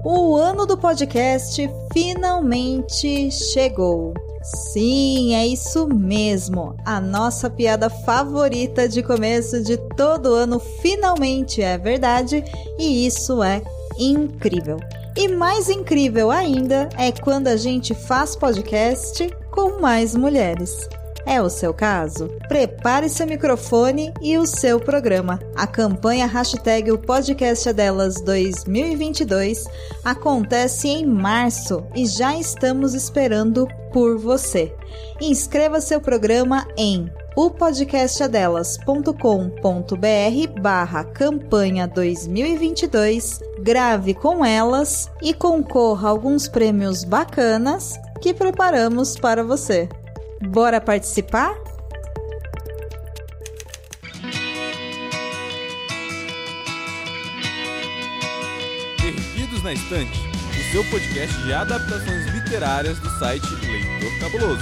O ano do podcast finalmente chegou. Sim, é isso mesmo. A nossa piada favorita de começo de todo ano finalmente é verdade, e isso é incrível. E mais incrível ainda é quando a gente faz podcast com mais mulheres. É o seu caso? Prepare seu microfone e o seu programa. A campanha hashtag O Podcast é Delas 2022 acontece em março e já estamos esperando por você. Inscreva seu programa em opodcastadelas.com.br/campanha 2022, grave com elas e concorra a alguns prêmios bacanas que preparamos para você. Bora participar? Perdidos na Estante, o seu podcast de adaptações literárias do site Leitor Cabuloso.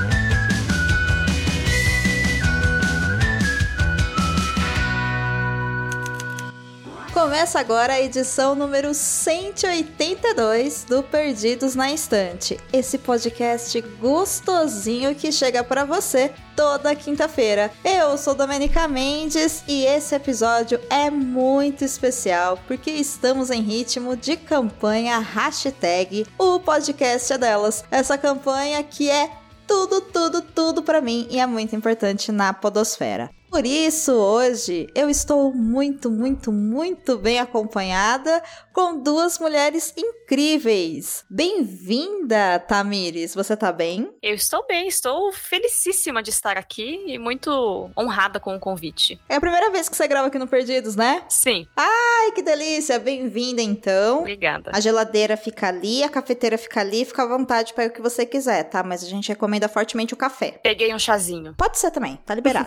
Começa agora a edição número 182 do Perdidos na Estante. Esse podcast gostosinho que chega pra você toda quinta-feira. Eu sou Domenica Mendes e esse episódio é muito especial porque estamos em ritmo de campanha hashtag O Podcast é Delas. Essa campanha que é tudo pra mim e é muito importante na podosfera. Por isso, hoje, eu estou muito bem acompanhada com duas mulheres incríveis. Bem-vinda, Tamires! Você tá bem? Eu estou bem, estou felicíssima de estar aqui e muito honrada com o convite. É a primeira vez que você grava aqui no Perdidos, né? Sim. Ai, que delícia! Bem-vinda, então. Obrigada. A geladeira fica ali, a cafeteira fica ali, fica à vontade para o que você quiser, tá? Mas a gente recomenda fortemente o café. Peguei um chazinho. Pode ser também, tá liberado.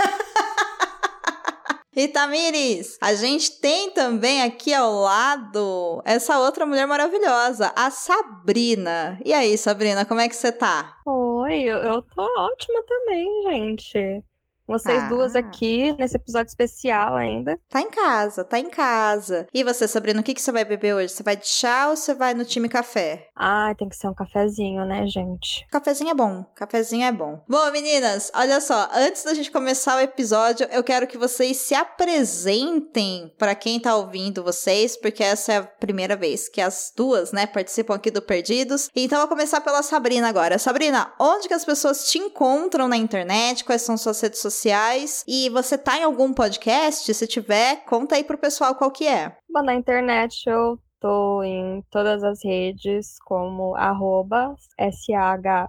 E Tamires, a gente tem também aqui ao lado essa outra mulher maravilhosa, a Sabrina. E aí, Sabrina, como é que você tá? Oi, eu tô ótima também, gente. Vocês duas aqui, nesse episódio especial ainda. Tá em casa. E você, Sabrina, o que você vai beber hoje? Você vai de chá ou você vai no time café? Tem que ser um cafezinho, né, gente? Cafezinho é bom. Bom, meninas, olha só, antes da gente começar o episódio, eu quero que vocês se apresentem pra quem tá ouvindo vocês, porque essa é a primeira vez que as duas, né, participam aqui do Perdidos. Então, eu vou começar pela Sabrina agora. Sabrina, onde que as pessoas te encontram na internet? Quais são suas redes sociais? E você tá em algum podcast? Se tiver, conta aí pro pessoal qual que é. Bom, na internet eu tô em todas as redes como @SHBRS.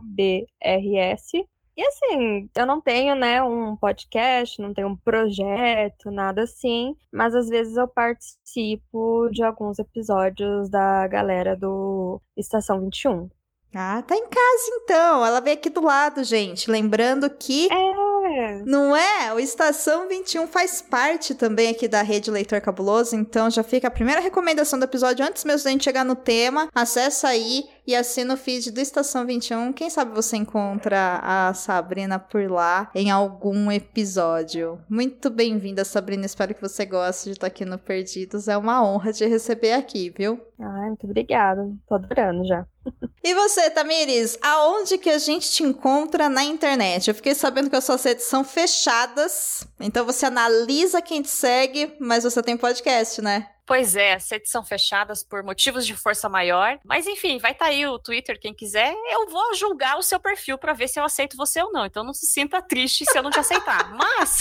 E assim, eu não tenho, né, um podcast, não tenho um projeto, nada assim, mas às vezes eu participo de alguns episódios da galera do Estação 21. Ah, tá em casa então. Ela veio aqui do lado, gente. Lembrando que... Não é? O Estação 21 faz parte também aqui da Rede Leitor Cabuloso, então já fica a primeira recomendação do episódio antes mesmo da gente chegar no tema. Acessa aí e assina o feed do Estação 21. Quem sabe você encontra a Sabrina por lá em algum episódio. Muito bem-vinda, Sabrina. Espero que você goste de estar aqui no Perdidos. É uma honra te receber aqui, viu? Muito obrigada. Tô adorando já. E você, Tamires, aonde que a gente te encontra na internet? Eu fiquei sabendo que as suas redes são fechadas, então você analisa quem te segue, mas você tem podcast, né? Pois é, as redes são fechadas por motivos de força maior. Mas enfim, vai estar aí o Twitter, quem quiser. Eu vou julgar o seu perfil pra ver se eu aceito você ou não. Então não se sinta triste se eu não te aceitar. Mas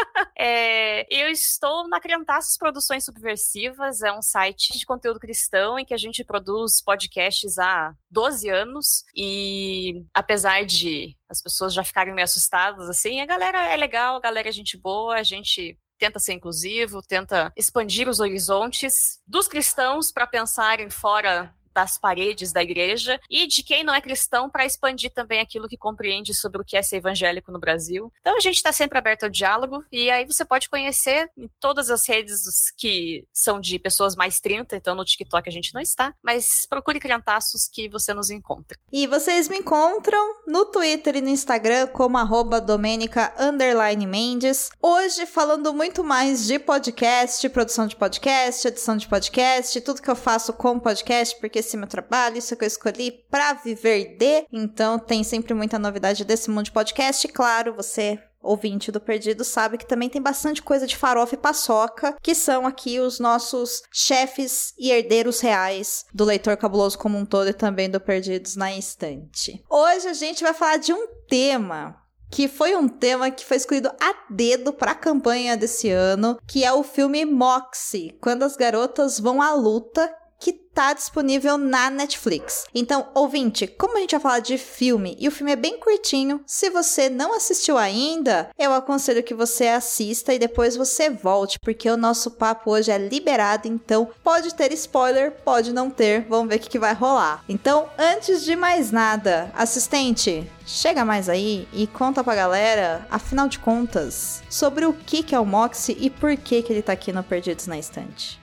eu estou na Criantaças Produções Subversivas. É um site de conteúdo cristão em que a gente produz podcasts há 12 anos. E apesar de as pessoas já ficarem meio assustadas, assim, a galera é legal, a galera é gente boa, a gente tenta ser inclusivo, tenta expandir os horizontes dos cristãos para pensarem fora das paredes da igreja e de quem não é cristão para expandir também aquilo que compreende sobre o que é ser evangélico no Brasil. Então a gente está sempre aberto ao diálogo e aí você pode conhecer em todas as redes que são de pessoas mais 30, então no TikTok a gente não está, mas procure Criantaços que você nos encontra. E vocês me encontram no Twitter e no Instagram como @Domenica_Mendes. Hoje falando muito mais de podcast, produção de podcast, edição de podcast, tudo que eu faço com podcast, porque esse é meu trabalho, isso é que eu escolhi pra viver de. Então tem sempre muita novidade desse mundo de podcast. Claro, você, ouvinte do Perdido, sabe que também tem bastante coisa de farofa e paçoca, que são aqui os nossos chefes e herdeiros reais do Leitor Cabuloso como um todo e também do Perdidos na Estante. Hoje a gente vai falar de um tema que foi escolhido a dedo para a campanha desse ano, que é o filme Moxie, Quando as Garotas Vão à Luta, que tá disponível na Netflix. Então, ouvinte, como a gente vai falar de filme, e o filme é bem curtinho, se você não assistiu ainda, eu aconselho que você assista e depois você volte, porque o nosso papo hoje é liberado, então pode ter spoiler, pode não ter, vamos ver o que vai rolar. Então, antes de mais nada, assistente, chega mais aí e conta pra galera, afinal de contas, sobre o que é o Moxie e por que ele tá aqui no Perdidos na Estante.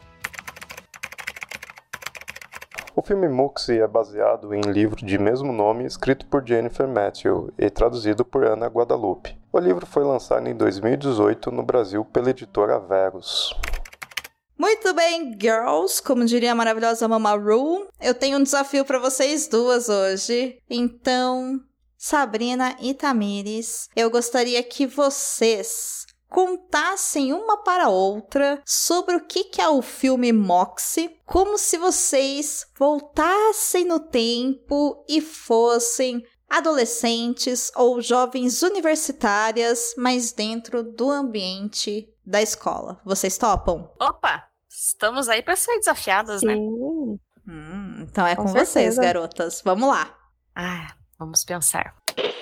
O filme Moxie é baseado em livro de mesmo nome escrito por Jennifer Matthew e traduzido por Ana Guadalupe. O livro foi lançado em 2018 no Brasil pela editora Verus. Muito bem, girls, como diria a maravilhosa Mama Ru, eu tenho um desafio para vocês duas hoje. Então, Sabrina e Tamires, eu gostaria que vocês contassem uma para outra sobre o que é o filme Moxie, como se vocês voltassem no tempo e fossem adolescentes ou jovens universitárias, mas dentro do ambiente da escola. Vocês topam? Opa! Estamos aí para ser desafiadas, Sim. né? Então é com certeza. vocês, garotas. Vamos lá. Vamos pensar.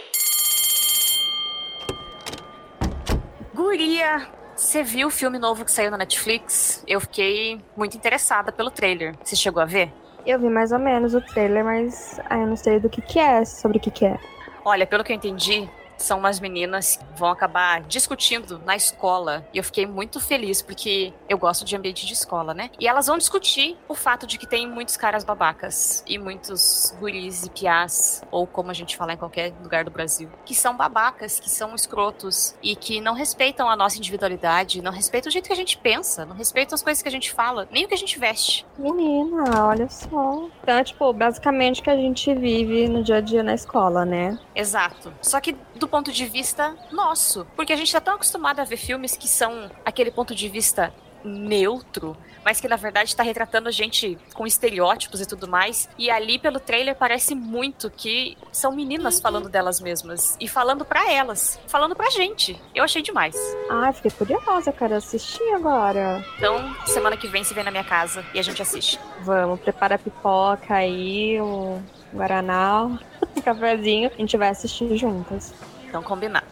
Guria, você viu o filme novo que saiu na Netflix? Eu fiquei muito interessada pelo trailer. Você chegou a ver? Eu vi mais ou menos o trailer, mas eu não sei do que é, sobre o que é. Olha, pelo que eu entendi, são umas meninas que vão acabar discutindo na escola. E eu fiquei muito feliz, porque eu gosto de ambiente de escola, né? E elas vão discutir o fato de que tem muitos caras babacas e muitos guris e piás, ou como a gente fala em qualquer lugar do Brasil, que são babacas, que são escrotos e que não respeitam a nossa individualidade, não respeitam o jeito que a gente pensa, não respeitam as coisas que a gente fala, nem o que a gente veste. Menina, olha só. Então é tipo, basicamente o que a gente vive no dia a dia na escola, né? Exato. Só que do ponto de vista nosso. Porque a gente tá tão acostumado a ver filmes que são aquele ponto de vista neutro, mas que na verdade tá retratando a gente com estereótipos e tudo mais. E ali pelo trailer parece muito que são meninas falando delas mesmas. E falando pra elas. Falando pra gente. Eu achei demais. Fiquei curiosa, quero assistir agora. Então, semana que vem se vem na minha casa e a gente assiste. Vamos, prepara a pipoca aí, o guaraná, um cafezinho. A gente vai assistir juntas. Então, combinado.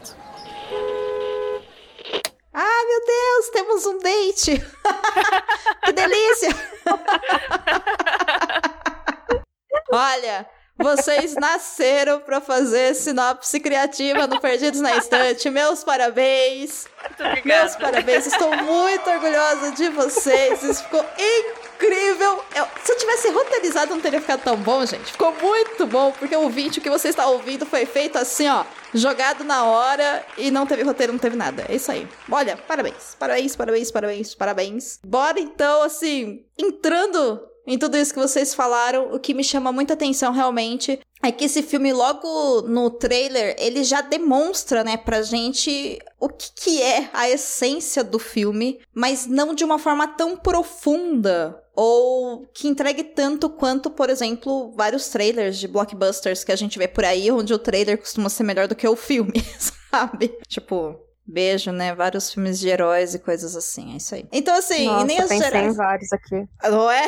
Meu Deus, temos um date! Que delícia! Olha, vocês nasceram pra fazer sinopse criativa no Perdidos na Estante. Meus parabéns! Muito obrigada. Meus parabéns, estou muito orgulhosa de vocês. Isso ficou incrível. Se eu tivesse roteirizado, não teria ficado tão bom, gente. Ficou muito bom, porque o vídeo que você está ouvindo foi feito assim, ó, jogado na hora e não teve roteiro, não teve nada. É isso aí. Olha, parabéns. Parabéns, parabéns, parabéns, parabéns. Bora então, assim, entrando em tudo isso que vocês falaram, o que me chama muita atenção realmente é que esse filme, logo no trailer, ele já demonstra, né, pra gente o que é a essência do filme, mas não de uma forma tão profunda ou que entregue tanto quanto, por exemplo, vários trailers de blockbusters que a gente vê por aí, onde o trailer costuma ser melhor do que o filme, sabe? Tipo, beijo, né? Vários filmes de heróis e coisas assim, é isso aí. Então, assim, Nossa, nem os pensei gerais... em vários aqui. Não é?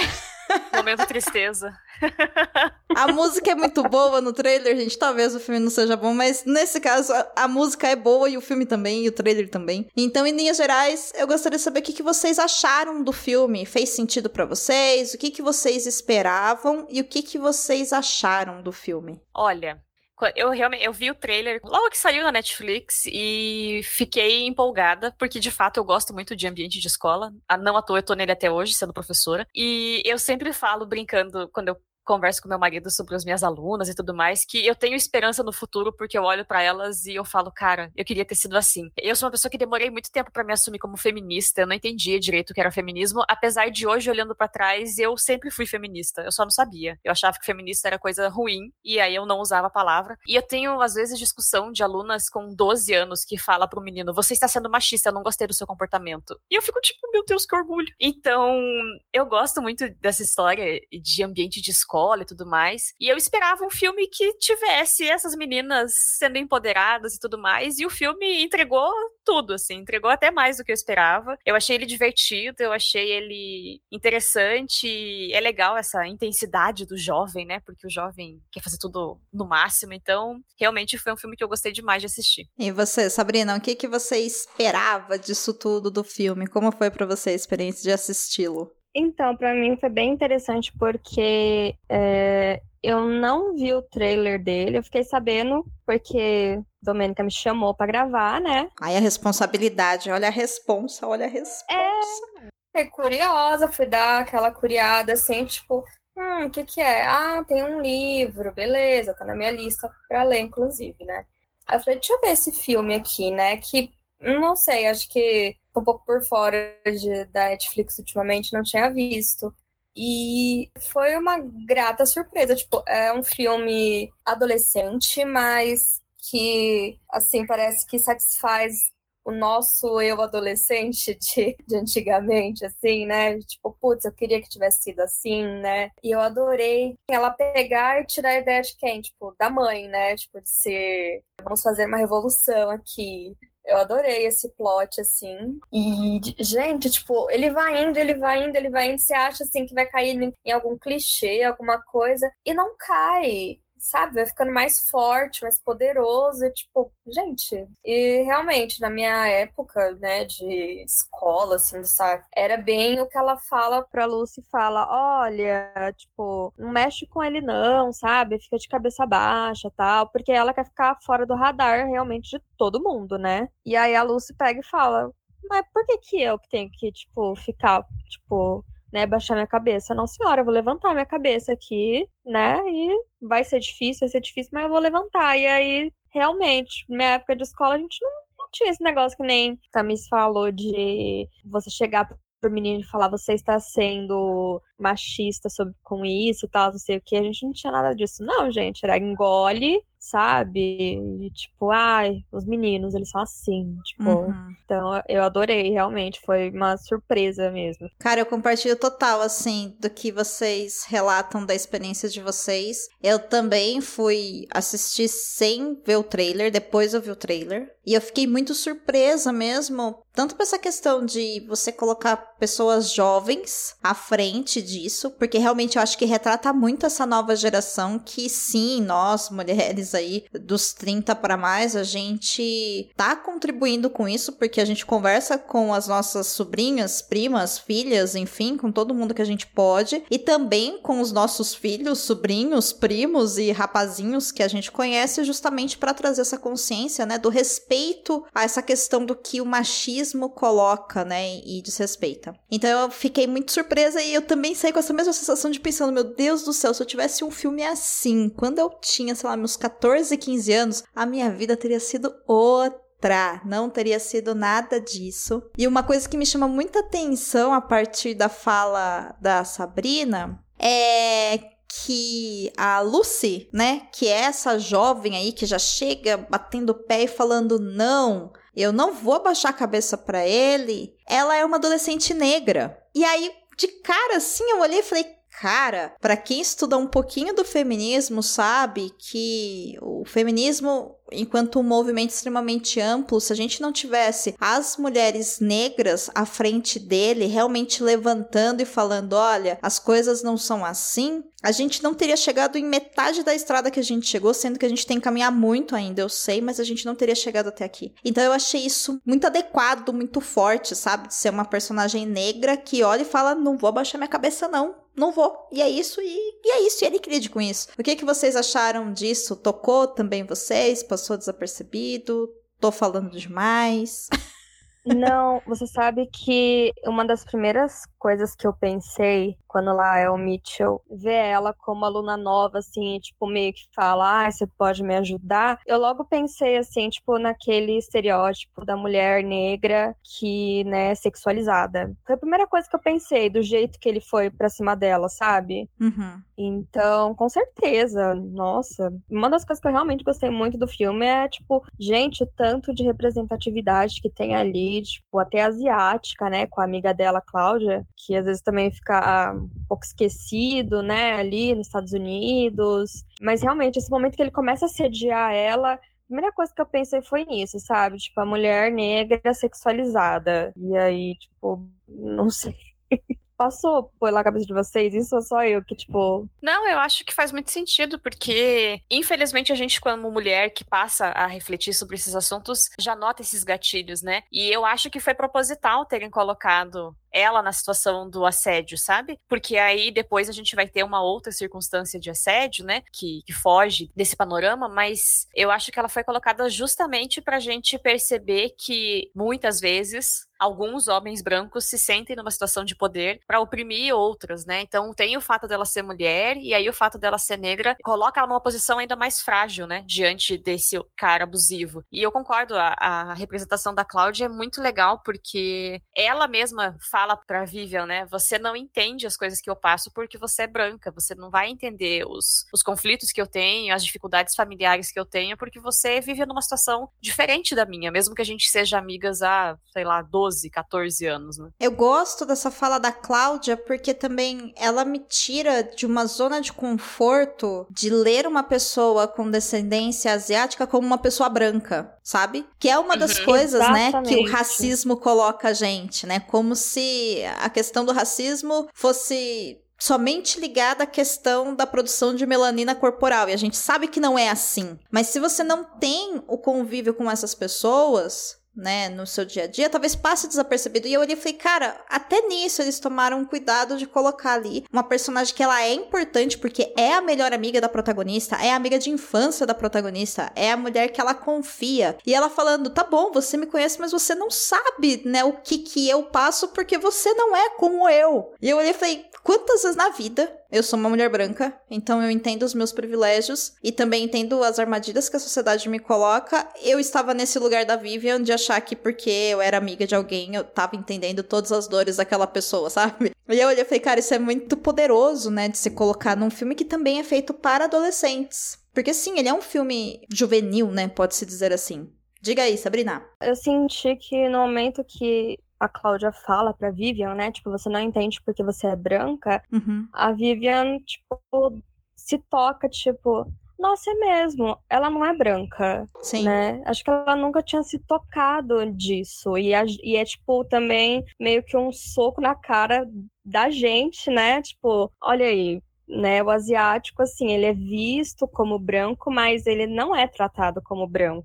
Momento tristeza. A música é muito boa no trailer, gente. Talvez o filme não seja bom, mas nesse caso a música é boa e o filme também, e o trailer também. Então, em linhas gerais, eu gostaria de saber o que vocês acharam do filme. Fez sentido pra vocês? O que vocês esperavam e o que vocês acharam do filme? Olha, eu vi o trailer logo que saiu na Netflix e fiquei empolgada, porque de fato eu gosto muito de ambiente de escola. Não à toa eu tô nele até hoje, sendo professora. E eu sempre falo, brincando, quando eu converso com meu marido sobre as minhas alunas e tudo mais, que eu tenho esperança no futuro porque eu olho pra elas e eu falo, cara, eu queria ter sido assim. Eu sou uma pessoa que demorei muito tempo pra me assumir como feminista, eu não entendia direito o que era feminismo, apesar de hoje, olhando pra trás, eu sempre fui feminista, eu só não sabia. Eu achava que feminista era coisa ruim e aí eu não usava a palavra. E eu tenho, às vezes, discussão de alunas com 12 anos que fala pro menino, você está sendo machista, eu não gostei do seu comportamento. E eu fico tipo, meu Deus, que orgulho. Então, eu gosto muito dessa história de ambiente de escola e tudo mais. E eu esperava um filme que tivesse essas meninas sendo empoderadas e tudo mais. E o filme entregou tudo, assim. Entregou até mais do que eu esperava. Eu achei ele divertido, eu achei ele interessante. É legal essa intensidade do jovem, né? Porque o jovem quer fazer tudo no máximo. Então, realmente foi um filme que eu gostei demais de assistir. E você, Sabrina, o que você esperava disso tudo do filme? Como foi pra você a experiência de assisti-lo? Então, pra mim foi bem interessante porque eu não vi o trailer dele, eu fiquei sabendo porque Domênica me chamou pra gravar, né? Aí a responsabilidade, olha a responsa. Fiquei curiosa, fui dar aquela curiada assim, tipo, o que é? Ah, tem um livro, beleza, tá na minha lista pra ler, inclusive, né? Aí eu falei, deixa eu ver esse filme aqui, né? Que, não sei, acho que um pouco por fora da Netflix ultimamente, não tinha visto. E foi uma grata surpresa. Tipo, é um filme adolescente, mas que, assim, parece que satisfaz o nosso eu adolescente de antigamente, assim, né? Tipo, putz, eu queria que tivesse sido assim, né? E eu adorei ela pegar e tirar a ideia de quem? Tipo, da mãe, né? Tipo, de ser, vamos fazer uma revolução aqui. Eu adorei esse plot, assim. E, gente, tipo, ele vai indo. Você acha, assim, que vai cair em algum clichê, alguma coisa. E não cai, sabe? Vai ficando mais forte, mais poderoso. E, tipo, gente... E, realmente, na minha época, né, de escola, assim, sabe? Era bem o que ela fala pra Lucy. Fala, olha, tipo, não mexe com ele não, sabe? Fica de cabeça baixa, tal. Porque ela quer ficar fora do radar, realmente, de todo mundo, né? E aí a Lucy pega e fala, mas por que eu que tenho que, tipo, ficar, tipo, né, baixar minha cabeça? Não, senhora, eu vou levantar minha cabeça aqui, né, e vai ser difícil, mas eu vou levantar. E aí, realmente, na minha época de escola, a gente não tinha esse negócio que nem a Tamis falou de você chegar pro menino e falar, você está sendo machista com isso e tal, não sei o que. A gente não tinha nada disso, não, gente. Era engole, sabe? E, tipo, ai, os meninos, eles são assim, tipo... Então, eu adorei, realmente. Foi uma surpresa mesmo. Cara, eu compartilho total, assim, do que vocês relatam da experiência de vocês. Eu também fui assistir sem ver o trailer, depois eu vi o trailer. E eu fiquei muito surpresa mesmo, tanto por essa questão de você colocar pessoas jovens à frente disso, porque realmente eu acho que retrata muito essa nova geração que, sim, nós, mulheres aí, dos 30 para mais, a gente tá contribuindo com isso, porque a gente conversa com as nossas sobrinhas, primas, filhas, enfim, com todo mundo que a gente pode, e também com os nossos filhos, sobrinhos, primos e rapazinhos que a gente conhece, justamente para trazer essa consciência, né, do respeito a essa questão do que o machismo coloca, né, e desrespeita. Então eu fiquei muito surpresa e eu também saí com essa mesma sensação de pensando, meu Deus do céu, se eu tivesse um filme assim, quando eu tinha, sei lá, meus 14, 15 anos, a minha vida teria sido outra. Não teria sido nada disso. E uma coisa que me chama muita atenção a partir da fala da Sabrina é que a Lucy, né, que é essa jovem aí que já chega batendo o pé e falando não, eu não vou abaixar a cabeça pra ele, ela é uma adolescente negra. E aí, de cara assim, eu olhei e falei, cara, pra quem estuda um pouquinho do feminismo, sabe que o feminismo enquanto um movimento extremamente amplo, se a gente não tivesse as mulheres negras à frente dele, realmente levantando e falando, olha, as coisas não são assim, a gente não teria chegado em metade da estrada que a gente chegou, sendo que a gente tem que caminhar muito ainda, eu sei, mas a gente não teria chegado até aqui. Então eu achei isso muito adequado, muito forte, sabe? De ser uma personagem negra que olha e fala, não vou abaixar minha cabeça não vou. E é isso, e é isso, e ele lide com isso. O que vocês acharam disso? Tocou também vocês? Passou desapercebido? Tô falando demais? Não, você sabe que uma das primeiras coisas que eu pensei quando lá é o Mitchell vê ela como aluna nova, assim, tipo, meio que fala, você pode me ajudar? Eu logo pensei, assim, tipo, naquele estereótipo da mulher negra que, né, é sexualizada. Foi a primeira coisa que eu pensei, do jeito que ele foi pra cima dela, sabe? Uhum. Então, com certeza, nossa. Uma das coisas que eu realmente gostei muito do filme é, tipo, gente, o tanto de representatividade que tem ali, tipo, até asiática, né, com a amiga dela, Cláudia, que às vezes também fica um pouco esquecido, né, ali nos Estados Unidos. Mas realmente, esse momento que ele começa a sediar ela, a primeira coisa que eu pensei foi nisso, sabe? Tipo, a mulher negra sexualizada. E aí, tipo, não sei. Passou pela cabeça de vocês? Isso ou só eu que, tipo... Não, eu acho que faz muito sentido, porque, infelizmente, a gente, como mulher que passa a refletir sobre esses assuntos, já nota esses gatilhos, né? E eu acho que foi proposital terem colocado ela na situação do assédio, sabe? Porque aí depois a gente vai ter uma outra circunstância de assédio, né? Que foge desse panorama, mas eu acho que ela foi colocada justamente pra gente perceber que, muitas vezes, alguns homens brancos se sentem numa situação de poder pra oprimir outras, né? Então tem o fato dela ser mulher e aí o fato dela ser negra coloca ela numa posição ainda mais frágil, né? Diante desse cara abusivo. E eu concordo, a representação da Cláudia é muito legal porque ela mesma fala pra Vivian, né? Você não entende as coisas que eu passo porque você é branca. Você não vai entender os conflitos que eu tenho, as dificuldades familiares que eu tenho, porque você vive numa situação diferente da minha, mesmo que a gente seja amigas há, sei lá, 12, 14 anos, né? Eu gosto dessa fala da Cláudia porque também ela me tira de uma zona de conforto de ler uma pessoa com descendência asiática como uma pessoa branca, sabe? Que é uma das coisas, né, que o racismo coloca a gente, né? Como se a questão do racismo fosse somente ligada à questão da produção de melanina corporal. E a gente sabe que não é assim. Mas se você não tem o convívio com essas pessoas, né, no seu dia a dia, talvez passe desapercebido. E eu olhei e falei, cara, até nisso eles tomaram cuidado de colocar ali uma personagem que ela é importante, porque é a melhor amiga da protagonista, é a amiga de infância da protagonista, é a mulher que ela confia. E ela falando, tá bom, você me conhece, mas você não sabe, né, o que eu passo, porque você não é como eu. E eu olhei e falei, quantas vezes na vida eu sou uma mulher branca, então eu entendo os meus privilégios e também entendo as armadilhas que a sociedade me coloca. Eu estava nesse lugar da Vivian de achar que porque eu era amiga de alguém, eu tava entendendo todas as dores daquela pessoa, sabe? E eu olhei e falei, cara, isso é muito poderoso, né, de se colocar num filme que também é feito para adolescentes. Porque sim, ele é um filme juvenil, né, pode-se dizer assim. Diga aí, Sabrina. Eu senti que no momento que a Cláudia fala pra Vivian, né, tipo, você não entende porque você é branca, a Vivian, tipo, se toca, tipo, nossa, é mesmo, ela não é branca, sim, né? Acho que ela nunca tinha se tocado disso, e é, tipo, também meio que um soco na cara da gente, né, tipo, olha aí, né, o asiático, assim, ele é visto como branco, mas ele não é tratado como branco.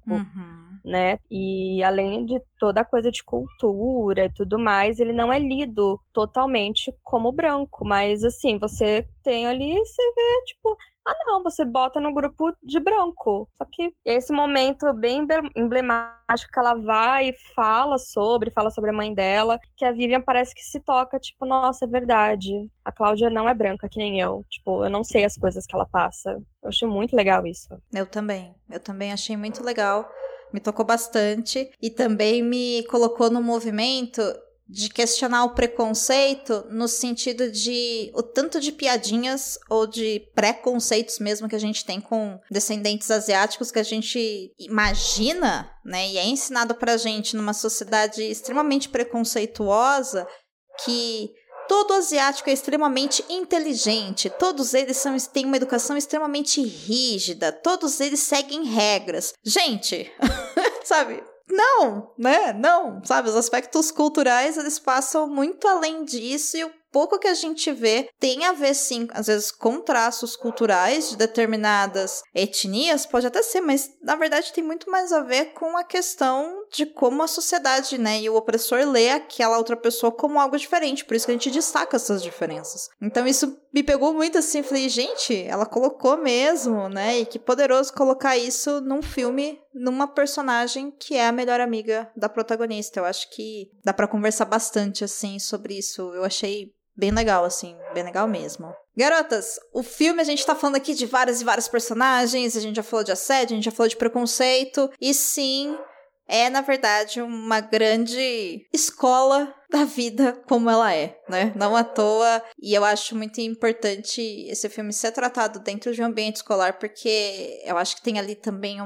Né? E além de toda a coisa de cultura e tudo mais, ele não é lido totalmente como branco, mas assim, você tem ali, você vê, tipo, não, você bota no grupo de branco. Só que esse momento bem emblemático que ela vai e fala sobre a mãe dela, que a Vivian parece que se toca, tipo, nossa, é verdade. A Cláudia não é branca que nem eu. Tipo, eu não sei as coisas que ela passa. Eu achei muito legal isso. Eu também achei muito legal. Me tocou bastante e também me colocou no movimento de questionar o preconceito no sentido de o tanto de piadinhas ou de preconceitos mesmo que a gente tem com descendentes asiáticos que a gente imagina, né, e é ensinado pra gente numa sociedade extremamente preconceituosa que Todo asiático é extremamente inteligente, todos eles têm uma educação extremamente rígida, todos eles seguem regras. Gente, sabe? Não, né? Não, sabe? Os aspectos culturais, eles passam muito além disso e o pouco que a gente vê tem a ver, sim, às vezes com traços culturais de determinadas etnias, pode até ser, mas na verdade tem muito mais a ver com a questão de como a sociedade, né, e o opressor lê aquela outra pessoa como algo diferente, por isso que a gente destaca essas diferenças. Então isso me pegou muito assim, falei, gente, ela colocou mesmo, né, e que poderoso colocar isso num filme, numa personagem que é a melhor amiga da protagonista. Eu acho que dá pra conversar bastante, assim, sobre isso. Eu achei bem legal, assim, bem legal mesmo. Garotas, o filme, a gente tá falando aqui de várias e vários personagens, a gente já falou de assédio, a gente já falou de preconceito, e sim, é, na verdade, uma grande escola da vida como ela é, né? Não à toa, e eu acho muito importante esse filme ser tratado dentro de um ambiente escolar, porque eu acho que tem ali também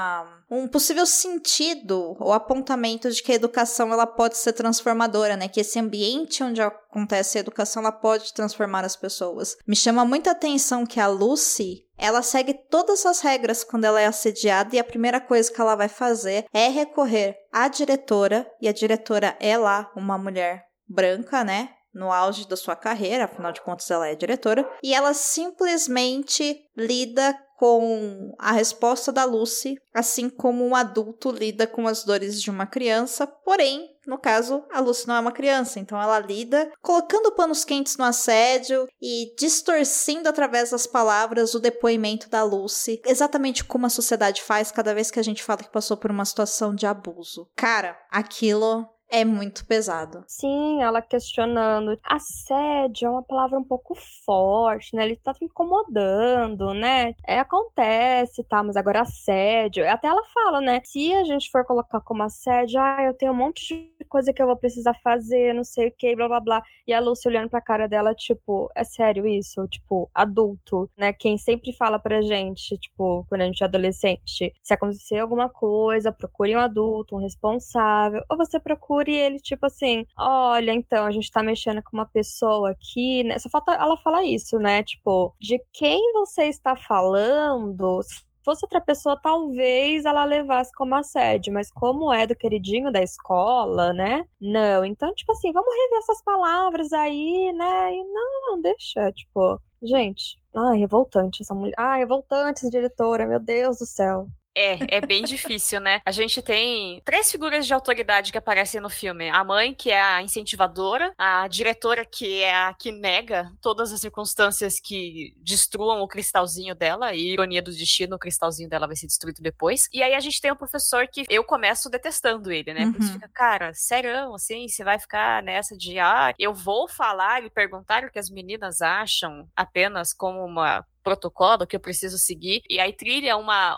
um possível sentido ou apontamento de que a educação ela pode ser transformadora, né? Que esse ambiente onde acontece a educação ela pode transformar as pessoas. Me chama muita atenção que a Lucy, ela segue todas as regras quando ela é assediada e a primeira coisa que ela vai fazer é recorrer à diretora, e a diretora é lá uma mulher branca, né? No auge da sua carreira, afinal de contas ela é diretora, e ela simplesmente lida com a resposta da Lucy, assim como um adulto lida com as dores de uma criança, porém, no caso, a Lucy não é uma criança, então ela lida colocando panos quentes no assédio e distorcendo através das palavras o depoimento da Lucy, exatamente como a sociedade faz cada vez que a gente fala que passou por uma situação de abuso. Cara, aquilo é muito pesado. Sim, ela questionando. Assédio é uma palavra um pouco forte, né? Ele tá te incomodando, né? Acontece, tá? Mas agora assédio. Até ela fala, né? Se a gente for colocar como assédio, eu tenho um monte de coisa que eu vou precisar fazer, não sei o que, blá, blá, blá. E a Lucy olhando pra cara dela, tipo, é sério isso? Tipo, adulto, né? Quem sempre fala pra gente, tipo, quando a gente é adolescente, se acontecer alguma coisa, procure um adulto, um responsável, ou você procura e ele, tipo assim, olha, então, a gente tá mexendo com uma pessoa aqui, né? Só falta ela falar isso, né? Tipo, de quem você está falando? Se fosse outra pessoa, talvez ela levasse como assédio, mas como é do queridinho da escola, né? Não. Então, tipo assim, vamos rever essas palavras aí, né? E não, deixa, tipo, gente, revoltante essa mulher. Revoltante essa diretora, meu Deus do céu. É bem difícil, né? A gente tem 3 figuras de autoridade que aparecem no filme. A mãe, que é a incentivadora, a diretora, que é a que nega todas as circunstâncias que destruam o cristalzinho dela, e ironia do destino, o cristalzinho dela vai ser destruído depois. E aí a gente tem o professor que eu começo detestando ele, né? Porque você fica, cara, sério, assim, você vai ficar nessa de, eu vou falar e perguntar o que as meninas acham apenas como uma protocolo que eu preciso seguir, e aí trilha uma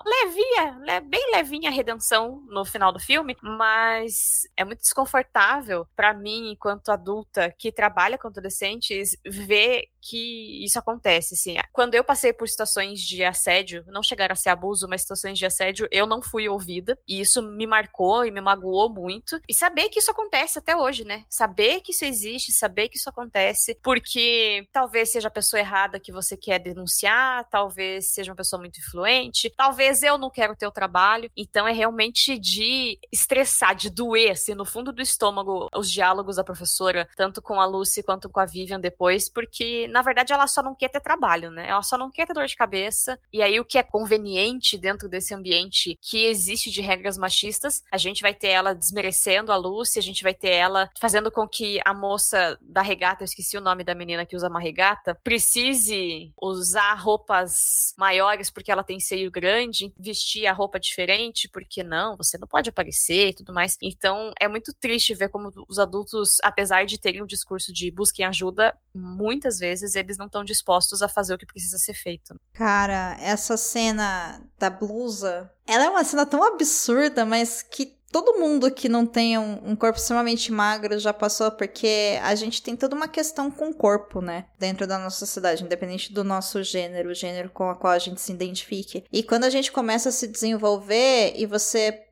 bem levinha redenção no final do filme, mas é muito desconfortável pra mim, enquanto adulta que trabalha com adolescentes, ver que isso acontece, assim. Quando eu passei por situações de assédio, não chegaram a ser abuso, mas situações de assédio, eu não fui ouvida, e isso me marcou e me magoou muito, e saber que isso acontece até hoje, né? Saber que isso existe, saber que isso acontece, porque talvez seja a pessoa errada que você quer denunciar, talvez seja uma pessoa muito influente, talvez eu não quero ter o trabalho, então é realmente de estressar, de doer, assim, no fundo do estômago, os diálogos da professora, tanto com a Lucy quanto com a Vivian depois, porque, na verdade, ela só não quer ter trabalho, né? Ela só não quer ter dor de cabeça, e aí o que é conveniente dentro desse ambiente que existe de regras machistas, a gente vai ter ela desmerecendo a Lucy, a gente vai ter ela fazendo com que a moça da regata, eu esqueci o nome da menina que usa uma regata, precise usar roupas maiores porque ela tem seio grande, vestir a roupa diferente porque não, você não pode aparecer e tudo mais. Então é muito triste ver como os adultos, apesar de terem um discurso de busquem ajuda, muitas vezes eles não estão dispostos a fazer o que precisa ser feito. Cara, essa cena da blusa, ela é uma cena tão absurda, mas que todo mundo que não tem um corpo extremamente magro já passou, porque a gente tem toda uma questão com o corpo, né? Dentro da nossa sociedade, independente do nosso gênero, o gênero com o qual a gente se identifique. E quando a gente começa a se desenvolver e você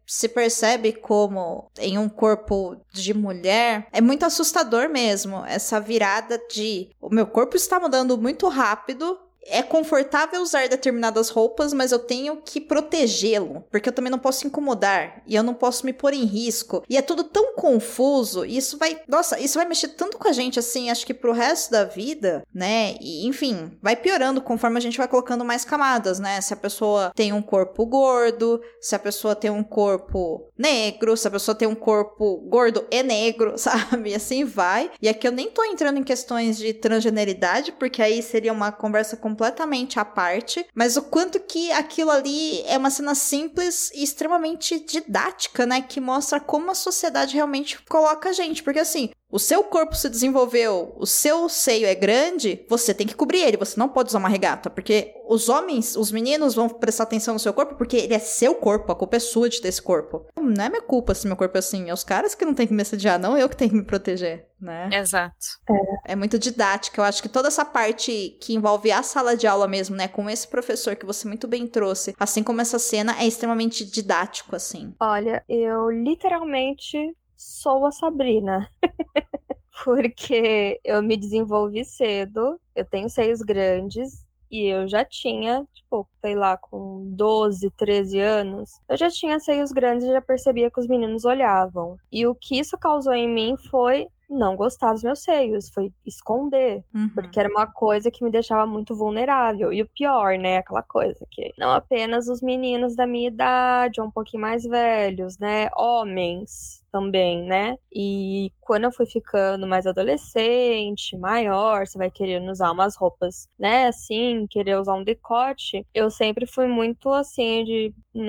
se percebe como em um corpo de mulher, é muito assustador mesmo, essa virada de o meu corpo está mudando muito rápido. É confortável usar determinadas roupas, mas eu tenho que protegê-lo, porque eu também não posso incomodar, e eu não posso me pôr em risco. E é tudo tão confuso, e isso vai mexer tanto com a gente, assim, acho que pro resto da vida, né? E, enfim, vai piorando conforme a gente vai colocando mais camadas, né? Se a pessoa tem um corpo gordo, se a pessoa tem um corpo negro, se a pessoa tem um corpo gordo e negro, sabe? E assim vai. E aqui eu nem tô entrando em questões de transgeneridade, porque aí seria uma conversa completamente à parte, mas o quanto que aquilo ali é uma cena simples e extremamente didática, né, que mostra como a sociedade realmente coloca a gente, porque assim, o seu corpo se desenvolveu, o seu seio é grande, você tem que cobrir ele, você não pode usar uma regata, porque os homens, os meninos vão prestar atenção no seu corpo porque ele é seu corpo, a culpa é sua de ter esse corpo. Não é minha culpa se meu corpo é assim, é os caras que não tem que me assediar, não eu que tenho que me proteger, né? Exato. É muito didática, eu acho que toda essa parte que envolve a sala de aula mesmo, né, com esse professor que você muito bem trouxe, assim como essa cena, é extremamente didático, assim. Olha, eu literalmente sou a Sabrina. Porque eu me desenvolvi cedo, eu tenho seios grandes e eu já tinha, tipo, sei lá, com 12, 13 anos, eu já tinha seios grandes e já percebia que os meninos olhavam. E o que isso causou em mim foi não gostar dos meus seios, foi esconder, porque era uma coisa que me deixava muito vulnerável. E o pior, né, aquela coisa que não apenas os meninos da minha idade, ou um pouquinho mais velhos, né, homens também, né? E quando eu fui ficando mais adolescente, maior, você vai querendo usar umas roupas, né, assim, querer usar um decote, eu sempre fui muito assim de,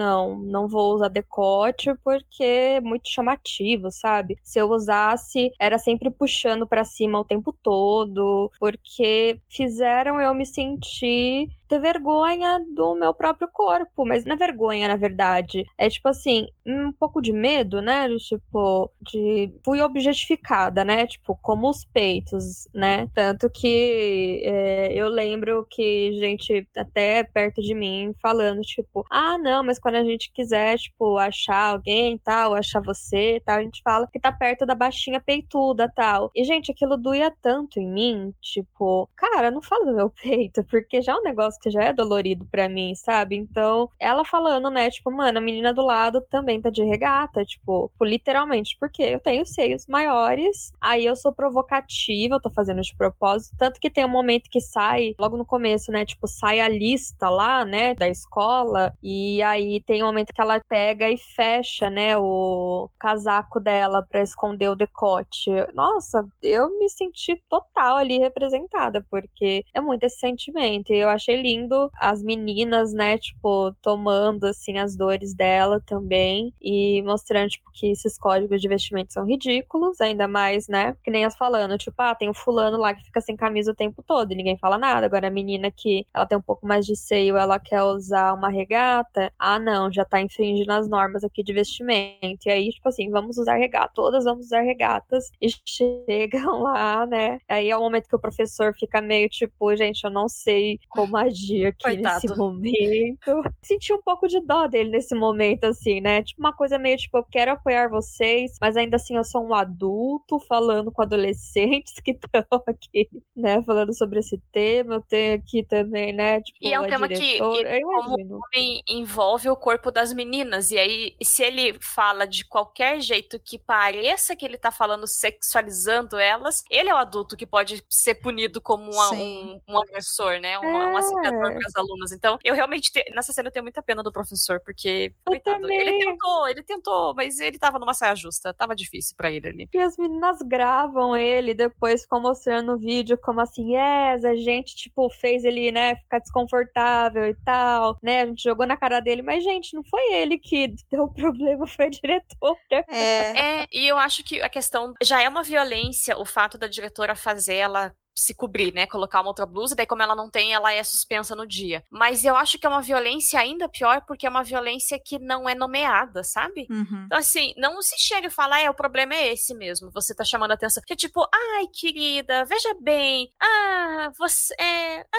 não vou usar decote porque é muito chamativo, sabe? Se eu usasse, era sempre puxando pra cima o tempo todo, porque fizeram eu me sentir ter vergonha do meu próprio corpo, mas não é vergonha, na verdade. É tipo assim, um pouco de medo, né? Tipo, fui objetificada, né? Tipo, como os peitos, né? Tanto que eu lembro que gente até perto de mim falando, tipo, não, mas quando a gente quiser, tipo, achar alguém tal, achar você tal, a gente fala que tá perto da baixinha peituda tal. E, gente, aquilo doía tanto em mim, tipo, cara, não fala do meu peito, porque já é um negócio que já é dolorido pra mim, sabe? Então, ela falando, né, tipo, mano, a menina do lado também tá de regata, tipo, literalmente, porque eu tenho seios maiores, aí eu sou provocativa, eu tô fazendo de propósito, tanto que tem um momento que sai, logo no começo, né, tipo, sai a lista lá, né, da escola, e aí tem um momento que ela pega e fecha, né, o casaco dela pra esconder o decote. Nossa, eu me senti total ali representada, porque é muito esse sentimento, e eu achei lindo as meninas, né, tipo, tomando, assim, as dores dela também, e mostrando, tipo, que esses códigos de vestimento são ridículos, ainda mais, né, que nem as falando, tipo, tem um fulano lá que fica sem camisa o tempo todo, e ninguém fala nada, agora a menina que ela tem um pouco mais de seio, ela quer usar uma regata, não, já tá infringindo as normas aqui de vestimento, e aí, tipo assim, vamos usar regata, todas vamos usar regatas, e chegam lá, né, aí é o momento que o professor fica meio, tipo, gente, eu não sei como agir aqui Coitado. nesse momento. Senti um pouco de dó dele nesse momento, assim, né? Tipo, uma coisa meio tipo, eu quero apoiar vocês, mas ainda assim eu sou um adulto falando com adolescentes que estão aqui, né? Falando sobre esse tema. Eu tenho aqui também, né? Tipo, e é um tema que, como homem, envolve o corpo das meninas. E aí, se ele fala de qualquer jeito que pareça que ele tá falando sexualizando elas, ele é o adulto que pode ser punido como um agressor, né? Um assediador para as alunas. Então, eu realmente, nessa cena, eu tenho muita pena do professor, porque, coitado, ele tentou, mas ele tava numa saia justa, tava difícil pra ele ali. E as meninas gravam ele, depois ficam mostrando no vídeo como assim, a gente, tipo, fez ele, né, ficar desconfortável e tal, né, a gente jogou na cara dele, mas, gente, não foi ele que deu o problema, foi a diretora. E eu acho que a questão já é uma violência, o fato da diretora fazer ela se cobrir, né, colocar uma outra blusa, daí como ela não tem, ela é suspensa no dia. Mas eu acho que é uma violência ainda pior, porque é uma violência que não é nomeada, sabe? Então assim, não se chega e fala, o problema é esse mesmo, você tá chamando a atenção, que é tipo, ai querida, veja bem, você,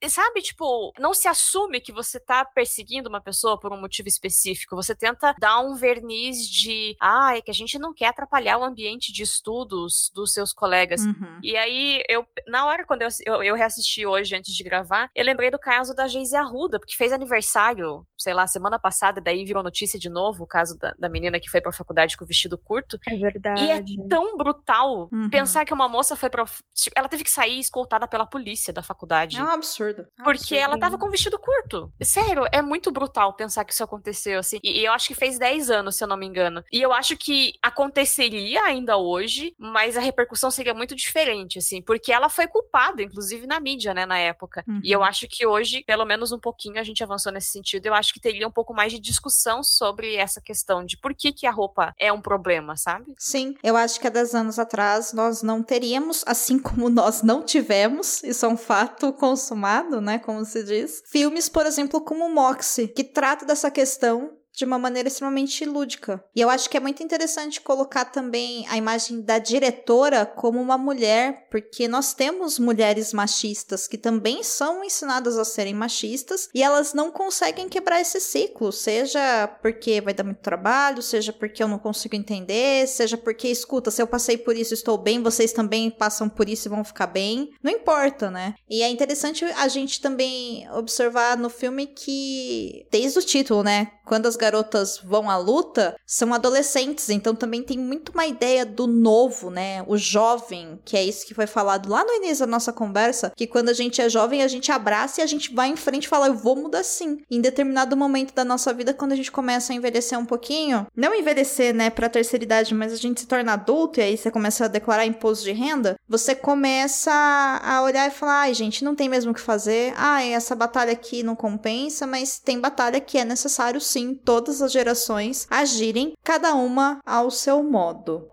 sabe, tipo, não se assume que você tá perseguindo uma pessoa por um motivo específico. Você tenta dar um verniz de, é que a gente não quer atrapalhar o ambiente de estudos dos seus colegas. E aí, na hora quando eu reassisti hoje, antes de gravar, eu lembrei do caso da Geise Arruda, porque fez aniversário, sei lá, semana passada, daí virou notícia de novo, o caso da menina que foi pra faculdade com o vestido curto. É verdade. E é tão brutal pensar que uma moça foi pra... Ela teve que sair escoltada pela polícia da faculdade. É um absurdo. Porque ela tava com vestido curto. Sério, é muito brutal pensar que isso aconteceu, assim. E eu acho que fez 10 anos, se eu não me engano. E eu acho que aconteceria ainda hoje, mas a repercussão seria muito diferente, assim. Porque ela foi culpada, inclusive na mídia, né, na época. E eu acho que hoje, pelo menos um pouquinho, a gente avançou nesse sentido. Eu acho que teria um pouco mais de discussão sobre essa questão de por que a roupa é um problema, sabe? Sim, eu acho que há 10 anos atrás nós não teríamos, assim como nós não tivemos, isso é um fato consumado, né, como se diz, filmes, por exemplo, como Moxie, que trata dessa questão de uma maneira extremamente lúdica. E eu acho que é muito interessante colocar também a imagem da diretora como uma mulher, porque nós temos mulheres machistas que também são ensinadas a serem machistas e elas não conseguem quebrar esse ciclo, seja porque vai dar muito trabalho, seja porque eu não consigo entender, seja porque, escuta, se eu passei por isso, estou bem, vocês também passam por isso e vão ficar bem. Não importa, né? E é interessante a gente também observar no filme que, desde o título, né? Quando as garotas vão à luta, são adolescentes, então também tem muito uma ideia do novo, né? O jovem, que é isso que foi falado lá no início da nossa conversa, que quando a gente é jovem, a gente abraça e a gente vai em frente e fala, eu vou mudar sim. Em determinado momento da nossa vida, quando a gente começa a envelhecer um pouquinho, não envelhecer, né, pra terceira idade, mas a gente se torna adulto e aí você começa a declarar imposto de renda, você começa a olhar e falar, ai, gente, não tem mesmo o que fazer, essa batalha aqui não compensa, mas tem batalha que é necessário sim, todas as gerações agirem, cada uma ao seu modo.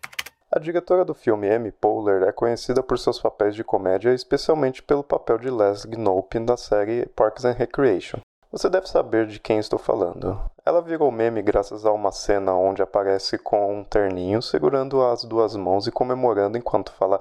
A diretora do filme, Amy Poehler, é conhecida por seus papéis de comédia, especialmente pelo papel de Les Gnop na série Parks and Recreation. Você deve saber de quem estou falando. Ela virou meme graças a uma cena onde aparece com um terninho segurando as duas mãos e comemorando enquanto fala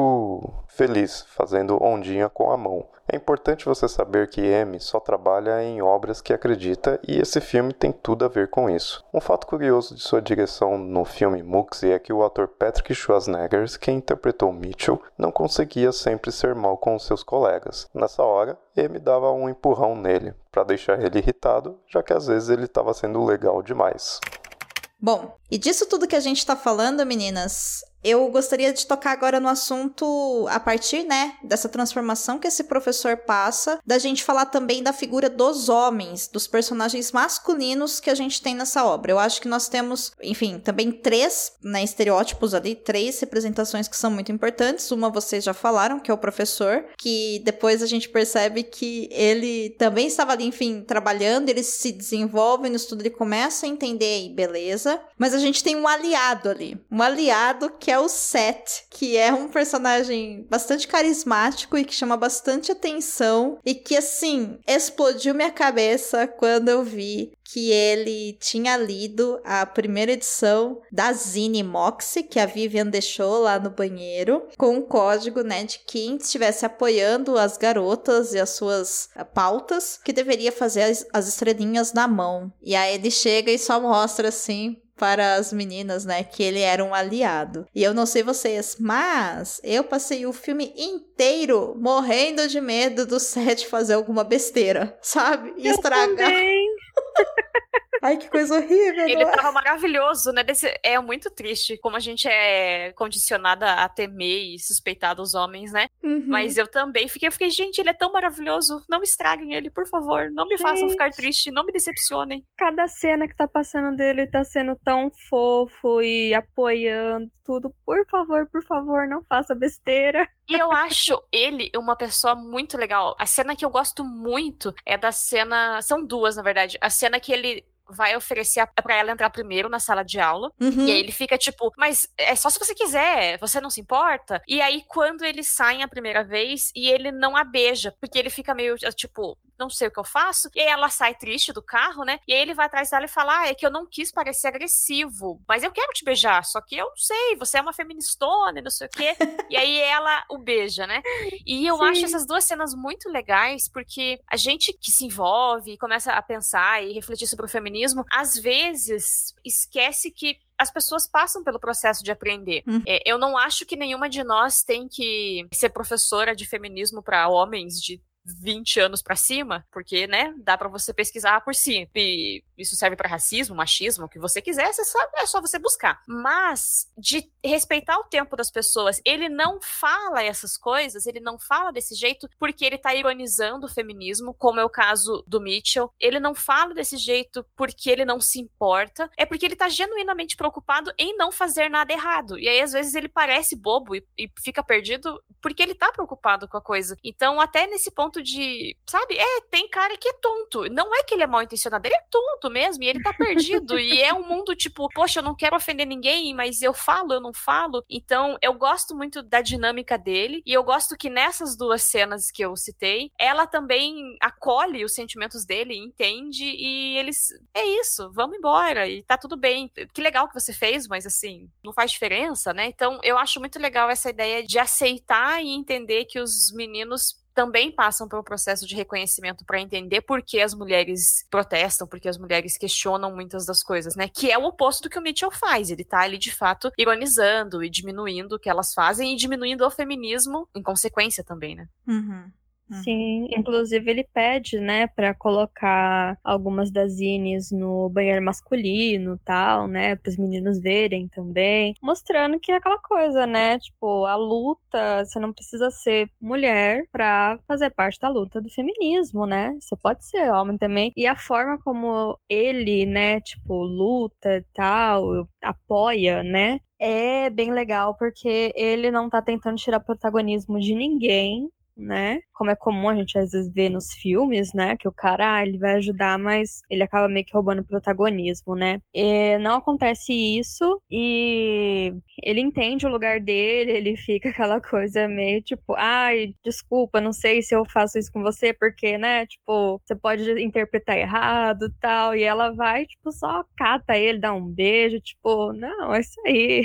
feliz, fazendo ondinha com a mão. É importante você saber que Amy só trabalha em obras que acredita e esse filme tem tudo a ver com isso. Um fato curioso de sua direção no filme Moxie é que o ator Patrick Schwarzenegger, que interpretou Mitchell, não conseguia sempre ser mal com os seus colegas. Nessa hora, Amy dava um empurrão nele, para deixar ele irritado, já que às vezes ele estava sendo legal demais. Bom, e disso tudo que a gente tá falando, meninas, eu gostaria de tocar agora no assunto a partir, né, dessa transformação que esse professor passa, da gente falar também da figura dos homens, dos personagens masculinos que a gente tem nessa obra. Eu acho que nós temos, enfim, também 3, né, estereótipos ali, 3 representações que são muito importantes. Uma vocês já falaram, que é o professor, que depois a gente percebe que ele também estava ali, enfim, trabalhando, ele se desenvolve no estudo, ele começa a entender e beleza, mas a gente tem um aliado ali, um aliado que é o Seth, que é um personagem bastante carismático e que chama bastante atenção e que, assim, explodiu minha cabeça quando eu vi que ele tinha lido a primeira edição da Zine Moxie, que a Vivian deixou lá no banheiro, com um código, né, de quem estivesse apoiando as garotas e as suas pautas, que deveria fazer as estrelinhas na mão. E aí ele chega e só mostra, assim, para as meninas, né, que ele era um aliado. E eu não sei vocês, mas eu passei o filme inteiro morrendo de medo do Seth fazer alguma besteira, sabe? E estragar. Ai, que coisa horrível. Ele tava maravilhoso, né? É muito triste como a gente é condicionada a temer e suspeitar dos homens, né? Mas eu também fiquei, gente, ele é tão maravilhoso. Não estriguem ele, por favor. Não me façam ficar triste, não me decepcionem. Cada cena que tá passando dele tá sendo tão fofo e apoiando tudo. Por favor, não faça besteira. E eu acho ele uma pessoa muito legal. A cena que eu gosto muito é da cena... São duas, na verdade. A cena que ele vai oferecer pra ela entrar primeiro na sala de aula. Uhum. E aí ele fica tipo, mas é só se você quiser, você não se importa? E aí quando eles saem a primeira vez e ele não a beija, porque ele fica meio tipo, não sei o que eu faço. E aí ela sai triste do carro, né? E aí ele vai atrás dela e fala, é que eu não quis parecer agressivo, mas eu quero te beijar, só que eu não sei, você é uma feministona, não sei o quê. E aí ela o beija, né? E eu acho essas duas cenas muito legais, porque a gente que se envolve e começa a pensar e refletir sobre o feminismo, às vezes esquece que as pessoas passam pelo processo de aprender. Eu não acho que nenhuma de nós tem que ser professora de feminismo para homens de 20 anos pra cima, porque, né, dá pra você pesquisar por si. E isso serve pra racismo, machismo, o que você quiser, é só você buscar. Mas, de respeitar o tempo das pessoas, ele não fala essas coisas, ele não fala desse jeito porque ele tá ironizando o feminismo, como é o caso do Mitchell. Ele não fala desse jeito porque ele não se importa, é porque ele tá genuinamente preocupado em não fazer nada errado. E aí, às vezes, ele parece bobo e fica perdido porque ele tá preocupado com a coisa. Então, até nesse ponto de, sabe, tem cara que é tonto. Não é que ele é mal intencionado, ele é tonto mesmo, e ele tá perdido. E é um mundo tipo, poxa, eu não quero ofender ninguém, mas eu falo, eu não falo. Então, eu gosto muito da dinâmica dele, e eu gosto que nessas duas cenas que eu citei, ela também acolhe os sentimentos dele, entende, e eles, é isso, vamos embora, e tá tudo bem. Que legal que você fez, mas assim, não faz diferença, né? Então, eu acho muito legal essa ideia de aceitar e entender que os meninos também passam por um processo de reconhecimento para entender por que as mulheres protestam, por que as mulheres questionam muitas das coisas, né? Que é o oposto do que o Mitchell faz. Ele tá ali, de fato, ironizando e diminuindo o que elas fazem e diminuindo o feminismo em consequência também, né? Sim, inclusive ele pede, né, pra colocar algumas das zines no banheiro masculino, tal, né, pros meninos verem também, mostrando que é aquela coisa, né, tipo, a luta, você não precisa ser mulher pra fazer parte da luta do feminismo, né, você pode ser homem também, e a forma como ele, né, tipo, luta e tal, apoia, né, é bem legal, porque ele não tá tentando tirar protagonismo de ninguém, né? Como é comum a gente às vezes ver nos filmes, né? Que o cara, ele vai ajudar, mas ele acaba meio que roubando protagonismo, né? E não acontece isso e ele entende o lugar dele, ele fica aquela coisa meio tipo, ai, desculpa, não sei se eu faço isso com você, porque, né? Tipo, você pode interpretar errado e tal. E ela vai, tipo, só cata ele, dá um beijo, tipo, não, é isso aí.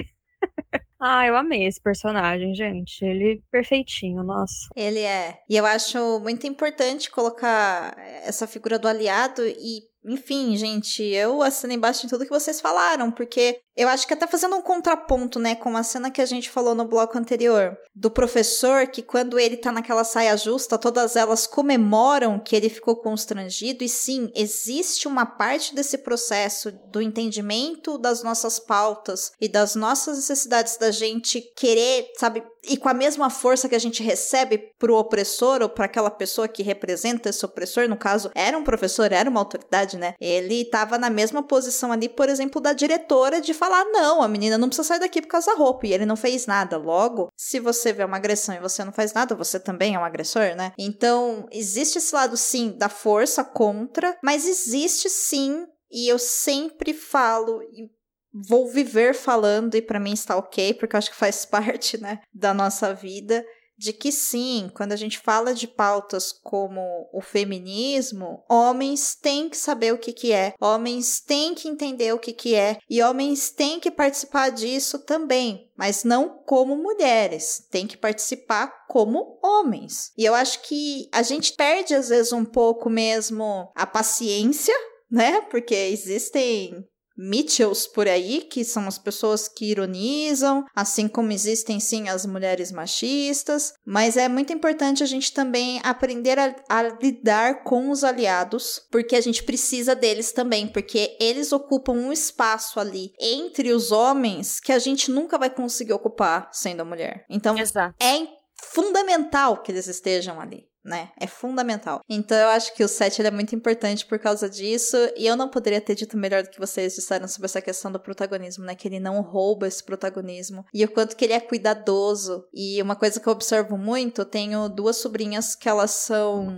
Ah, eu amei esse personagem, gente. Ele perfeitinho, nossa. Ele é. E eu acho muito importante colocar essa figura do aliado e, enfim, gente, eu assino embaixo de tudo que vocês falaram, porque eu acho que até fazendo um contraponto, né, com a cena que a gente falou no bloco anterior, do professor que quando ele tá naquela saia justa, todas elas comemoram que ele ficou constrangido, e sim, existe uma parte desse processo do entendimento das nossas pautas e das nossas necessidades da gente querer, sabe, e com a mesma força que a gente recebe pro opressor ou para aquela pessoa que representa esse opressor, no caso, era um professor, era uma autoridade, né? Ele tava na mesma posição ali, por exemplo, da diretora de falar, não, a menina não precisa sair daqui por causa da roupa, e ele não fez nada. Logo, se você vê uma agressão e você não faz nada, você também é um agressor, né? Então, existe esse lado, sim, da força contra, mas existe, sim, e eu sempre falo, e vou viver falando, e pra mim está ok, porque eu acho que faz parte, né, da nossa vida, de que sim, quando a gente fala de pautas como o feminismo, homens têm que saber o que é, homens têm que entender o que é, e homens têm que participar disso também, mas não como mulheres, tem que participar como homens. E eu acho que a gente perde às vezes um pouco mesmo a paciência, né, porque existem Mitchells por aí, que são as pessoas que ironizam, assim como existem sim as mulheres machistas, mas é muito importante a gente também aprender a lidar com os aliados, porque a gente precisa deles também, porque eles ocupam um espaço ali entre os homens que a gente nunca vai conseguir ocupar sendo mulher. Então, é fundamental que eles estejam ali, né? É fundamental. Então eu acho que o set ele é muito importante por causa disso, e eu não poderia ter dito melhor do que vocês disseram sobre essa questão do protagonismo, né? Que ele não rouba esse protagonismo, e o quanto que ele é cuidadoso. E uma coisa que eu observo muito, eu tenho 2 sobrinhas que elas são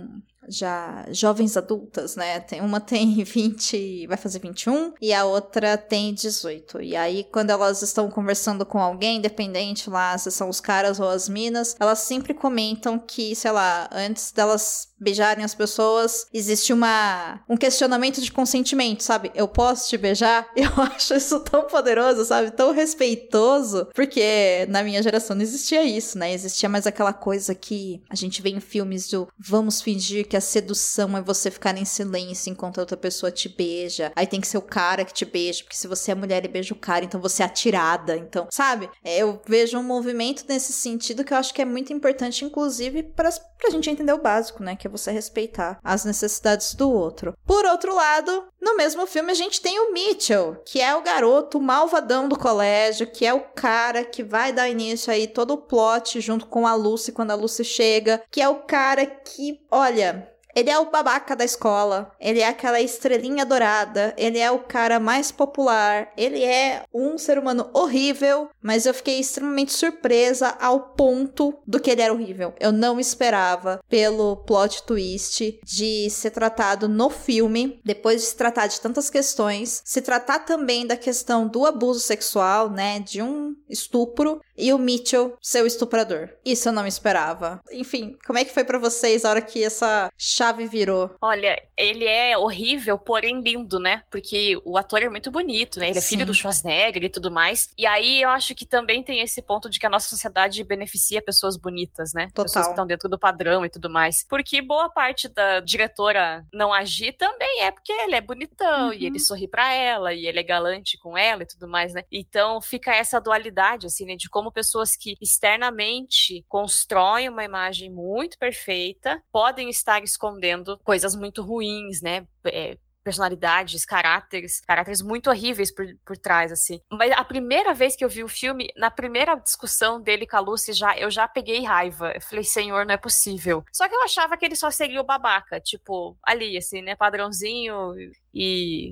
já jovens adultas, né? Uma tem 20, vai fazer 21, e a outra tem 18. E aí, quando elas estão conversando com alguém, independente lá se são os caras ou as minas, elas sempre comentam que, sei lá, antes delas beijarem as pessoas, existe um questionamento de consentimento, sabe? Eu posso te beijar? Eu acho isso tão poderoso, sabe? Tão respeitoso, porque na minha geração não existia isso, né? Existia mais aquela coisa que a gente vê em filmes do vamos fingir que a sedução é você ficar em silêncio enquanto a outra pessoa te beija. Aí tem que ser o cara que te beija, porque se você é mulher e beija o cara, então você é atirada. Então, sabe? Eu vejo um movimento nesse sentido que eu acho que é muito importante, inclusive, pra gente entender o básico, né? Que é você respeitar as necessidades do outro. Por outro lado, no mesmo filme a gente tem o Mitchell, que é o garoto malvadão do colégio, que é o cara que vai dar início aí todo o plot junto com a Lucy quando a Lucy chega, que é o cara que, olha... Ele é o babaca da escola, ele é aquela estrelinha dourada, ele é o cara mais popular, ele é um ser humano horrível, mas eu fiquei extremamente surpresa ao ponto do que ele era horrível. Eu não esperava, pelo plot twist, de ser tratado no filme, depois de se tratar de tantas questões, se tratar também da questão do abuso sexual, né, de um estupro, e o Mitchell ser o estuprador. Isso eu não esperava. Enfim, como é que foi pra vocês a hora que essa chave virou? Olha, ele é horrível, porém lindo, né? Porque o ator é muito bonito, né? Ele é filho do Schwarzenegger e tudo mais. E aí eu acho que também tem esse ponto de que a nossa sociedade beneficia pessoas bonitas, né? Total. Pessoas que estão dentro do padrão e tudo mais. Porque boa parte da diretora não agir também é porque ele é bonitão e ele sorri pra ela e ele é galante com ela e tudo mais, né? Então fica essa dualidade, assim, né? De como pessoas que externamente constroem uma imagem muito perfeita podem estar escondendo coisas muito ruins, né? Personalidades, caráteres muito horríveis por trás, assim. Mas a primeira vez que eu vi o filme, na primeira discussão dele com a Lucy, eu já peguei raiva. Eu falei, senhor, não é possível. Só que eu achava que ele só seria o babaca, tipo, ali, assim, né, padrãozinho e...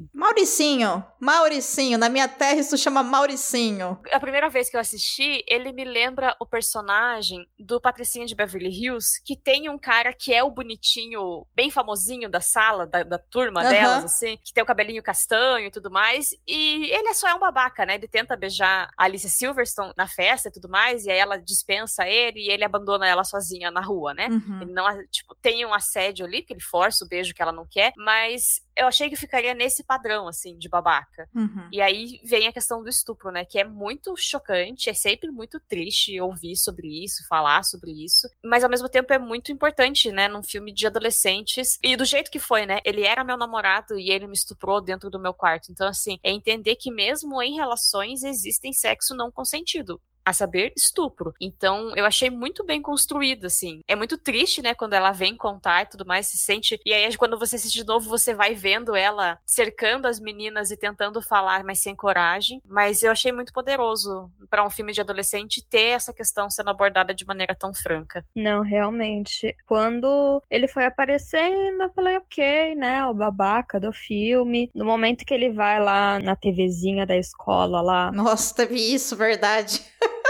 Mauricinho, na minha terra isso chama Mauricinho. A primeira vez que eu assisti, ele me lembra o personagem do Patricinha de Beverly Hills, que tem um cara que é o bonitinho, bem famosinho da sala, da turma delas, assim, que tem o cabelinho castanho e tudo mais, e ele só é um babaca, né? Ele tenta beijar a Alicia Silverstone na festa e tudo mais, e aí ela dispensa ele e ele abandona ela sozinha na rua, né? Ele não, tipo, tem um assédio ali, que ele força o beijo que ela não quer, mas eu achei que ficaria nesse padrão, assim, de babaca. E aí vem a questão do estupro, né? Que é muito chocante, é sempre muito triste ouvir sobre isso, falar sobre isso, mas ao mesmo tempo é muito importante, né? Num filme de adolescentes, e do jeito que foi, né? Ele era meu namorado e ele me estuprou dentro do meu quarto. Então, assim, é entender que mesmo em relações existem sexo não consentido. A saber, estupro. Então, eu achei muito bem construído, assim. É muito triste, né, quando ela vem contar e tudo mais, se sente... E aí, quando você assiste de novo, você vai vendo ela cercando as meninas e tentando falar, mas sem coragem. Mas eu achei muito poderoso para um filme de adolescente ter essa questão sendo abordada de maneira tão franca. Não, realmente. Quando ele foi aparecendo, eu falei, ok, né, o babaca do filme. No momento que ele vai lá na TVzinha da escola lá... Nossa, teve isso, verdade.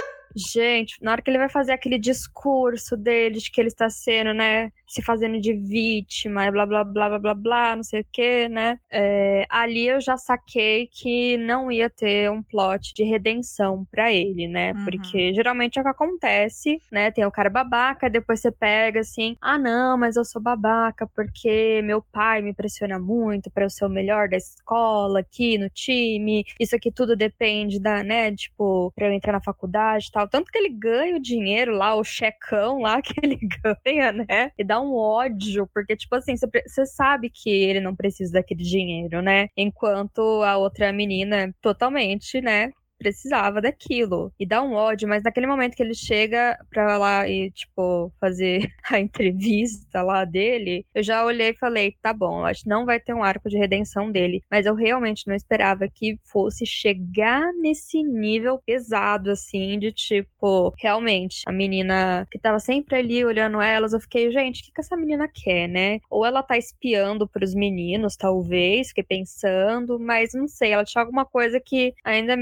Gente, na hora que ele vai fazer aquele discurso dele de que ele está sendo, né, se fazendo de vítima e blá, blá, blá, blá, blá, blá, não sei o que, né, ali eu já saquei que não ia ter um plot de redenção pra ele, né, porque geralmente é o que acontece, né, tem o cara babaca, depois você pega assim, ah não, mas eu sou babaca porque meu pai me pressiona muito pra eu ser o melhor da escola aqui no time, isso aqui tudo depende da, né, tipo, pra eu entrar na faculdade e tal. Tanto que ele ganha o dinheiro lá, o checão lá que ele ganha, né? E dá um ódio, porque, tipo assim, você sabe que ele não precisa daquele dinheiro, né? Enquanto a outra menina totalmente, né, precisava daquilo. E dá um ódio, mas naquele momento que ele chega pra lá e, tipo, fazer a entrevista lá dele, eu já olhei e falei, tá bom, acho que não vai ter um arco de redenção dele. Mas eu realmente não esperava que fosse chegar nesse nível pesado, assim, de tipo, realmente, a menina que tava sempre ali olhando elas, eu fiquei, gente, o que essa menina quer, né? Ou ela tá espiando pros meninos, talvez, fiquei pensando, mas não sei, ela tinha alguma coisa que ainda me dá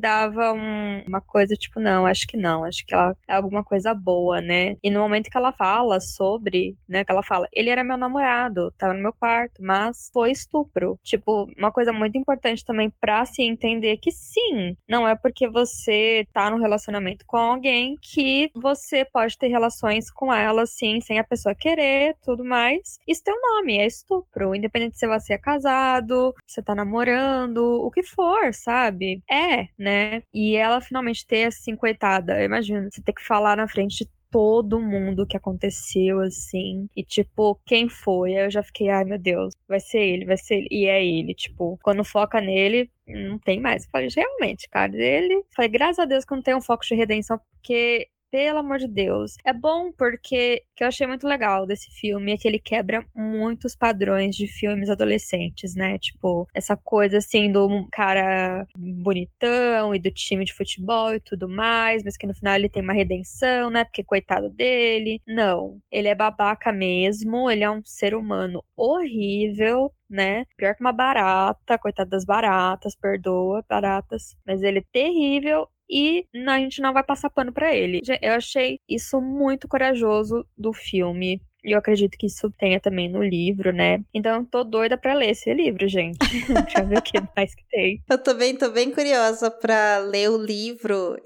dava uma coisa tipo, não, acho que ela é alguma coisa boa, né? E no momento que ela fala sobre, né, que ela fala, ele era meu namorado, tava no meu quarto, mas foi estupro. Tipo, uma coisa muito importante também pra se entender que sim, não é porque você tá num relacionamento com alguém que você pode ter relações com ela, assim, sem a pessoa querer, tudo mais. Isso tem um nome, é estupro. Independente se você é casado, se tá namorando, o que for, sabe? Né? E ela finalmente ter, assim, coitada, imagina, você ter que falar na frente de todo mundo que aconteceu, assim, e tipo, quem foi? Aí eu já fiquei, ai meu Deus, vai ser ele, e é ele, tipo, quando foca nele, não tem mais. Eu falei, realmente, cara, falei, graças a Deus que não tem um foco de redenção, porque pelo amor de Deus. É bom porque o que eu achei muito legal desse filme é que ele quebra muitos padrões de filmes adolescentes, né? Tipo, essa coisa assim do cara bonitão e do time de futebol e tudo mais, mas que no final ele tem uma redenção, né? Porque coitado dele. Não, ele é babaca mesmo, ele é um ser humano horrível, né? Pior que uma barata, coitado das baratas, perdoa, baratas. Mas ele é terrível. E a gente não vai passar pano pra ele. Eu achei isso muito corajoso do filme. E eu acredito que isso tenha também no livro, né? Então eu tô doida pra ler esse livro, gente. Pra ver o que mais que tem. Eu também tô bem curiosa pra ler o livro.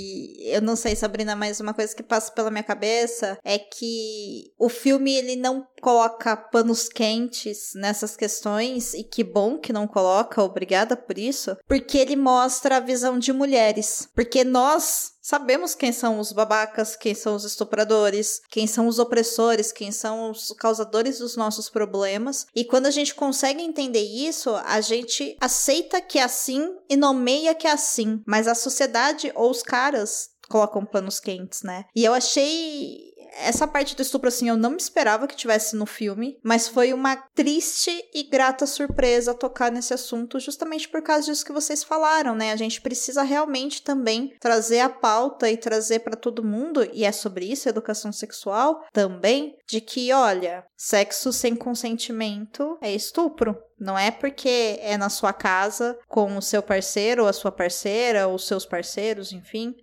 E eu não sei, Sabrina, mas uma coisa que passa pela minha cabeça é que o filme, ele não coloca panos quentes nessas questões. E que bom que não coloca, obrigada por isso. Porque ele mostra a visão de mulheres. Porque nós sabemos quem são os babacas, quem são os estupradores, quem são os opressores, quem são os causadores dos nossos problemas. E quando a gente consegue entender isso, a gente aceita que é assim e nomeia que é assim. Mas a sociedade ou os caras colocam panos quentes, né? E eu achei essa parte do estupro, assim, eu não me esperava que tivesse no filme, mas foi uma triste e grata surpresa tocar nesse assunto, justamente por causa disso que vocês falaram, né? A gente precisa realmente também trazer a pauta e trazer pra todo mundo, e é sobre isso, educação sexual também, de que, olha, sexo sem consentimento é estupro. Não é porque é na sua casa com o seu parceiro ou a sua parceira ou os seus parceiros, enfim,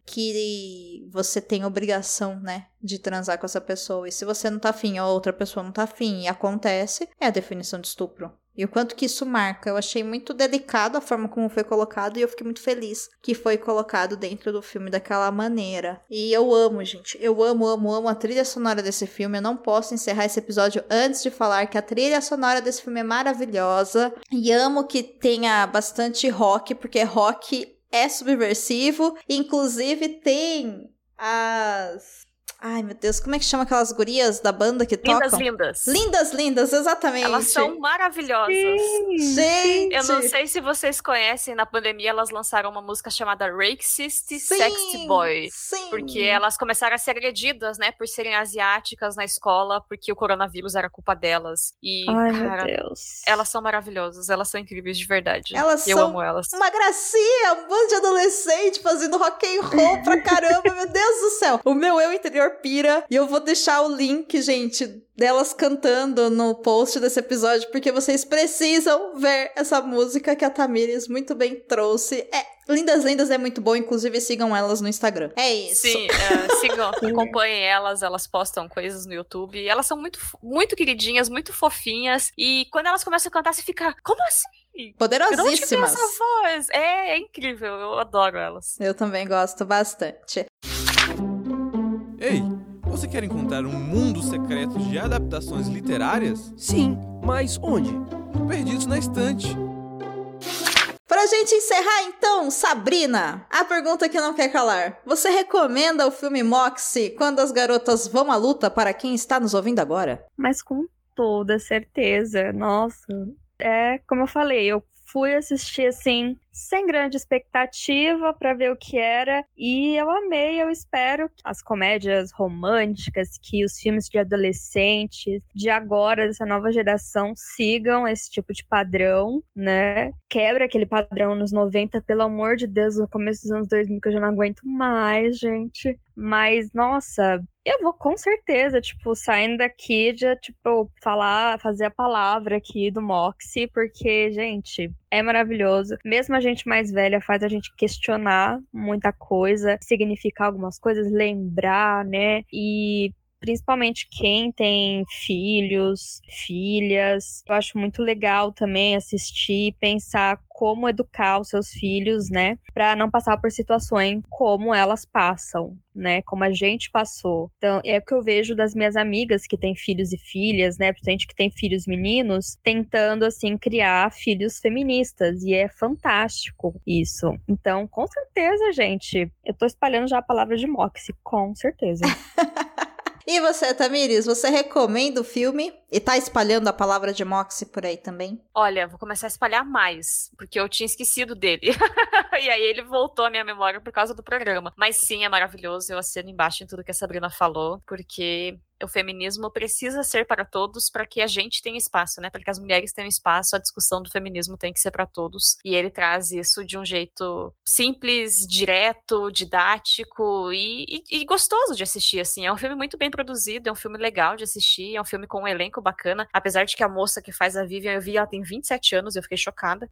que você tem obrigação, né, de transar com essa pessoa. E se você não tá afim ou a outra pessoa não tá afim e acontece, é a definição de estupro. E o quanto que isso marca. Eu achei muito delicado a forma como foi colocado e eu fiquei muito feliz que foi colocado dentro do filme daquela maneira. E eu amo, gente. Eu amo a trilha sonora desse filme. Eu não posso encerrar esse episódio antes de falar que a trilha sonora desse filme é maravilhosa. E amo que tenha bastante rock, porque rock é subversivo. Inclusive tem as... Ai, meu Deus, como é que chama aquelas gurias da banda que tocam? Lindas, exatamente. Elas são maravilhosas. Sim, gente! Eu não sei se vocês conhecem, na pandemia elas lançaram uma música chamada Racist Sexy Boy. Sim. Porque elas começaram a ser agredidas, né, por serem asiáticas na escola, porque o coronavírus era culpa delas. E, ai, cara, meu Deus. Elas são maravilhosas, elas são incríveis de verdade. Eu amo elas. Uma gracinha, um bando de adolescente fazendo rock and roll pra caramba, meu Deus do céu. O meu eu interior pira, e eu vou deixar o link, gente, delas cantando no post desse episódio, porque vocês precisam ver essa música que a Tamires muito bem trouxe. Lindas é muito bom, inclusive sigam elas no Instagram. É isso. Sim, sigam, acompanhem elas postam coisas no YouTube. Elas são muito, muito queridinhas, muito fofinhas, e quando elas começam a cantar, você fica, como assim? Poderosíssimas. De onde que vem essa voz? É incrível, eu adoro elas. Eu também gosto bastante. Ei, você quer encontrar um mundo secreto de adaptações literárias? Sim, mas onde? No Perdidos na Estante. Pra gente encerrar então, Sabrina, a pergunta que não quer calar. Você recomenda o filme Moxie quando as garotas vão à luta para quem está nos ouvindo agora? Mas com toda certeza, nossa. Como eu falei, eu fui assistir assim, sem grande expectativa pra ver o que era, e eu amei. Eu espero que as comédias românticas, que os filmes de adolescentes de agora, dessa nova geração, sigam esse tipo de padrão, né? Quebra aquele padrão nos 90, pelo amor de Deus, no começo dos anos 2000, que eu já não aguento mais, gente. Mas, nossa, Eu vou com certeza, tipo, saindo daqui já, tipo, fazer a palavra aqui do Moxie, porque, gente, é maravilhoso. Mesmo a gente mais velha faz a gente questionar muita coisa, significar algumas coisas, lembrar, né? E principalmente quem tem filhos, filhas. Eu acho muito legal também assistir, pensar como educar os seus filhos, né? Para não passar por situações como elas passam, né? Como a gente passou. Então, é o que eu vejo das minhas amigas que têm filhos e filhas, né? Gente que tem filhos meninos, tentando, assim, criar filhos feministas. E é fantástico isso. Então, com certeza, gente, eu tô espalhando já a palavra de Moxie, com certeza. E você, Tamires, você recomenda o filme? E tá espalhando a palavra de Moxie por aí também? Olha, vou começar a espalhar mais, porque eu tinha esquecido dele. E aí ele voltou à minha memória por causa do programa. Mas sim, é maravilhoso, eu assino embaixo em tudo que a Sabrina falou, porque o feminismo precisa ser para todos para que a gente tenha espaço, né? Para que as mulheres tenham espaço, a discussão do feminismo tem que ser para todos. E ele traz isso de um jeito simples, direto, didático e gostoso de assistir, assim. É um filme muito bem produzido, é um filme legal de assistir, é um filme com um elenco bacana. Apesar de que a moça que faz a Vivian, eu vi, ela tem 27 anos, eu fiquei chocada.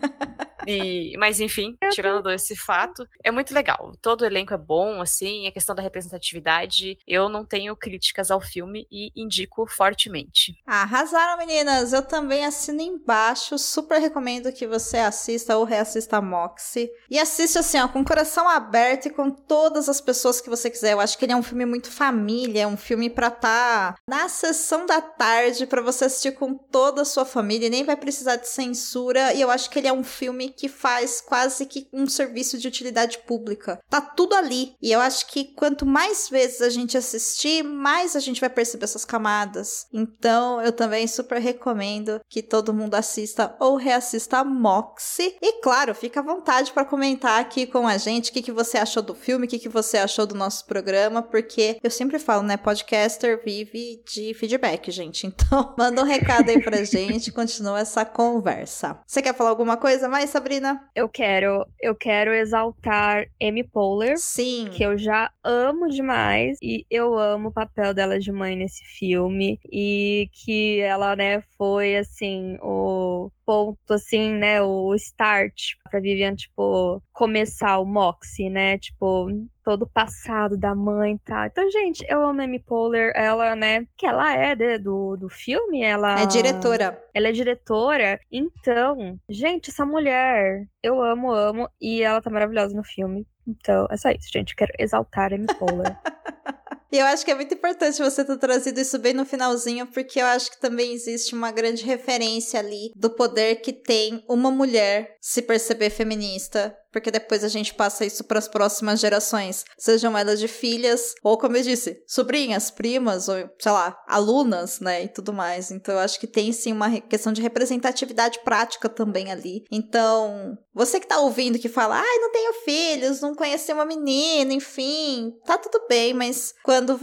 Mas enfim, tirando esse fato, é muito legal. Todo o elenco é bom, assim, a questão da representatividade, eu não tenho críticas ao filme e indico fortemente. Arrasaram, meninas! Eu também assino embaixo, super recomendo que você assista ou reassista a Moxie. E assiste assim, ó, com o coração aberto e com todas as pessoas que você quiser. Eu acho que ele é um filme muito família, é um filme pra estar na sessão da tarde, pra você assistir com toda a sua família, e nem vai precisar de censura. E eu acho que ele é um filme que faz quase que um serviço de utilidade pública. Tá tudo ali. E eu acho que quanto mais vezes a gente assistir, mais a gente vai perceber essas camadas. Então, eu também super recomendo que todo mundo assista ou reassista a Moxie. E claro, fica à vontade para comentar aqui com a gente o que você achou do filme, o que você achou do nosso programa, porque eu sempre falo, né, podcaster vive de feedback, gente. Então, manda um recado aí pra gente, continua essa conversa. Você quer falar alguma coisa mais, Sabrina? Eu quero exaltar Amy Poehler. Sim. Que eu já amo demais. E eu amo o papel dela de mãe nesse filme. E que ela, né, foi, assim, o ponto, assim, né, o start pra Vivian, tipo, começar o Moxie, né, tipo, todo o passado da mãe e tal. Então, gente, eu amo a Amy Poehler, ela, né, que ela é do filme, ela... É diretora. Ela é diretora, então, gente, essa mulher, eu amo, e ela tá maravilhosa no filme. Então, é só isso, gente, eu quero exaltar a Amy Poehler. E eu acho que é muito importante você ter trazido isso bem no finalzinho, porque eu acho que também existe uma grande referência ali do poder que tem uma mulher se perceber feminista, porque depois a gente passa isso para as próximas gerações, sejam elas de filhas, ou como eu disse, sobrinhas, primas, ou, sei lá, alunas, né, e tudo mais. Então eu acho que tem sim uma questão de representatividade prática também ali. Então, você que tá ouvindo que fala, ai, não tenho filhos, não conheci uma menina, enfim, tá tudo bem, mas quando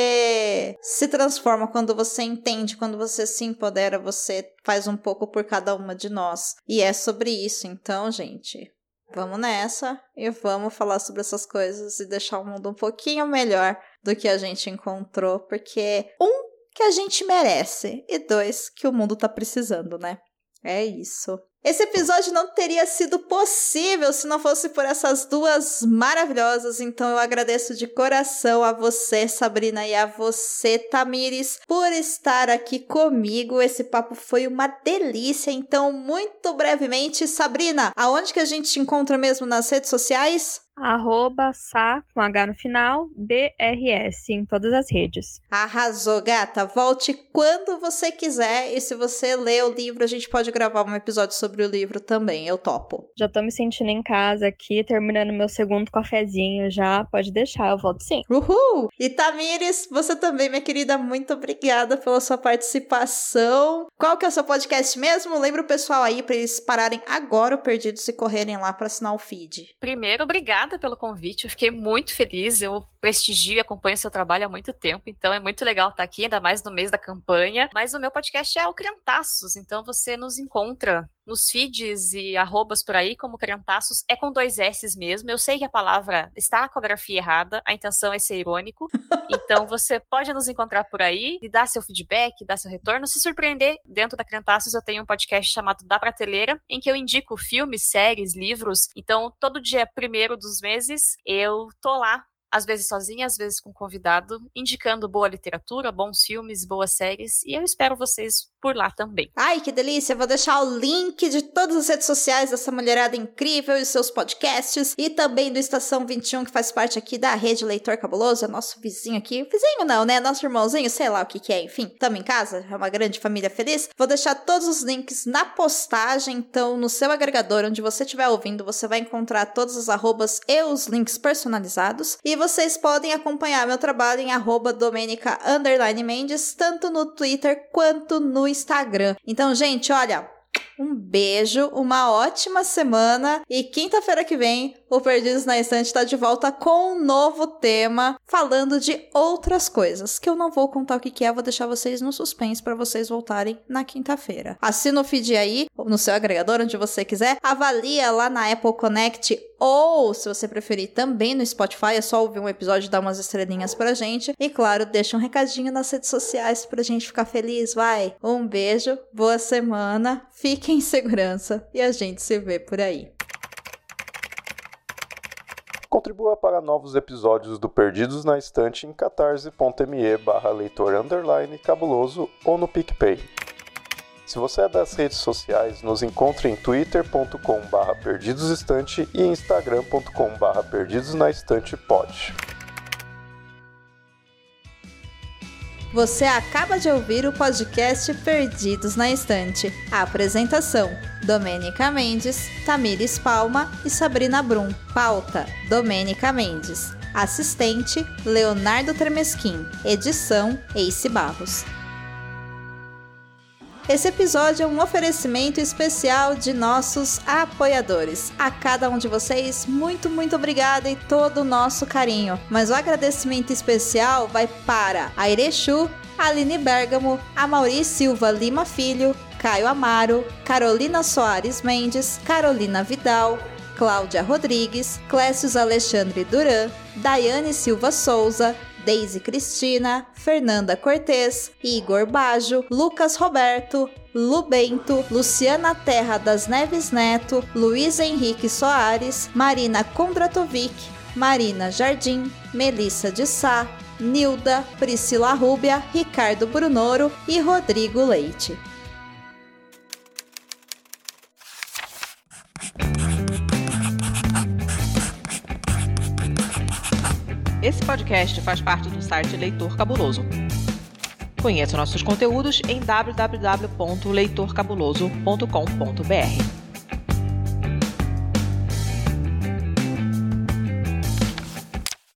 você se transforma, quando você entende, quando você se empodera, você faz um pouco por cada uma de nós. E é sobre isso, então, gente, vamos nessa e vamos falar sobre essas coisas e deixar o mundo um pouquinho melhor do que a gente encontrou, porque que a gente merece e 2, que o mundo tá precisando, né? É isso. Esse episódio não teria sido possível se não fosse por essas duas maravilhosas, então eu agradeço de coração a você, Sabrina, e a você, Tamires, por estar aqui comigo. Esse papo foi uma delícia, então muito brevemente, Sabrina, aonde que a gente te encontra mesmo nas redes sociais? @sa, com H no final, BRS, em todas as redes. Arrasou, gata. Volte quando você quiser. E se você ler o livro, a gente pode gravar um episódio sobre o livro também. Eu topo. Já tô me sentindo em casa aqui, terminando meu segundo cafezinho já. Pode deixar, eu volto sim. Uhul! E Tamires, você também, minha querida, muito obrigada pela sua participação. Qual que é o seu podcast mesmo? Lembra o pessoal aí pra eles pararem agora o Perdidos e correrem lá pra assinar o feed. Primeiro, obrigada pelo convite, eu fiquei muito feliz, eu prestigio e acompanho seu trabalho há muito tempo, então é muito legal estar aqui, ainda mais no mês da campanha, mas o meu podcast é o Criantaços, então você nos encontra nos feeds e arrobas por aí, como Crentaços, é com 2 S's mesmo. Eu sei que a palavra está com a grafia errada, a intenção é ser irônico. Então você pode nos encontrar por aí e dar seu feedback, dar seu retorno. Se surpreender, dentro da Crentaços eu tenho um podcast chamado Da Prateleira, em que eu indico filmes, séries, livros. Então todo dia 1º dos meses eu tô lá, às vezes sozinha, às vezes com convidado, indicando boa literatura, bons filmes, boas séries, e eu espero vocês por lá também. Ai, que delícia! Vou deixar o link de todas as redes sociais dessa mulherada incrível e seus podcasts, e também do Estação 21, que faz parte aqui da Rede Leitor Cabuloso, é nosso vizinho aqui. Vizinho não, né? Nosso irmãozinho, sei lá o que é, enfim. Tamo em casa, é uma grande família feliz. Vou deixar todos os links na postagem, então no seu agregador, onde você estiver ouvindo, você vai encontrar todas as arrobas e os links personalizados, e vocês podem acompanhar meu trabalho em @Domenica_Mendes, tanto no Twitter quanto no Instagram. Então, gente, olha, um beijo, uma ótima semana, e quinta-feira que vem o Perdidos na Estante está de volta com um novo tema, falando de outras coisas, que eu não vou contar o que é, vou deixar vocês no suspense para vocês voltarem na quinta-feira. Assina o feed aí, no seu agregador, onde você quiser, avalia lá na Apple Connect, ou, se você preferir, também no Spotify, é só ouvir um episódio e dar umas estrelinhas pra gente. E, claro, deixa um recadinho nas redes sociais pra gente ficar feliz, vai! Um beijo, boa semana, fiquem em segurança e a gente se vê por aí. Contribua para novos episódios do Perdidos na Estante em catarse.me/leitor_cabuloso ou no PicPay. Se você é das redes sociais, nos encontre em twitter.com/perdidosestante e instagram.com/perdidosnaestantepod. Você acaba de ouvir o podcast Perdidos na Estante. A apresentação: Domênica Mendes, Tamires Palma e Sabrina Brum. Pauta: Domênica Mendes. Assistente: Leonardo Tremesquim. Edição: Ace Barros. Esse episódio é um oferecimento especial de nossos apoiadores. A cada um de vocês, muito, muito obrigada e todo o nosso carinho. Mas o agradecimento especial vai para a Irechu, Aline Bergamo, Amaury Silva Lima Filho, Caio Amaro, Carolina Soares Mendes, Carolina Vidal, Cláudia Rodrigues, Clécius Alexandre Duran, Daiane Silva Souza, Deise Cristina, Fernanda Cortez, Igor Bajo, Lucas Roberto, Lu Bento, Luciana Terra das Neves Neto, Luiz Henrique Soares, Marina Kondratovic, Marina Jardim, Melissa de Sá, Nilda, Priscila Rúbia, Ricardo Brunoro e Rodrigo Leite. Esse podcast faz parte do site Leitor Cabuloso. Conheça nossos conteúdos em www.leitorcabuloso.com.br.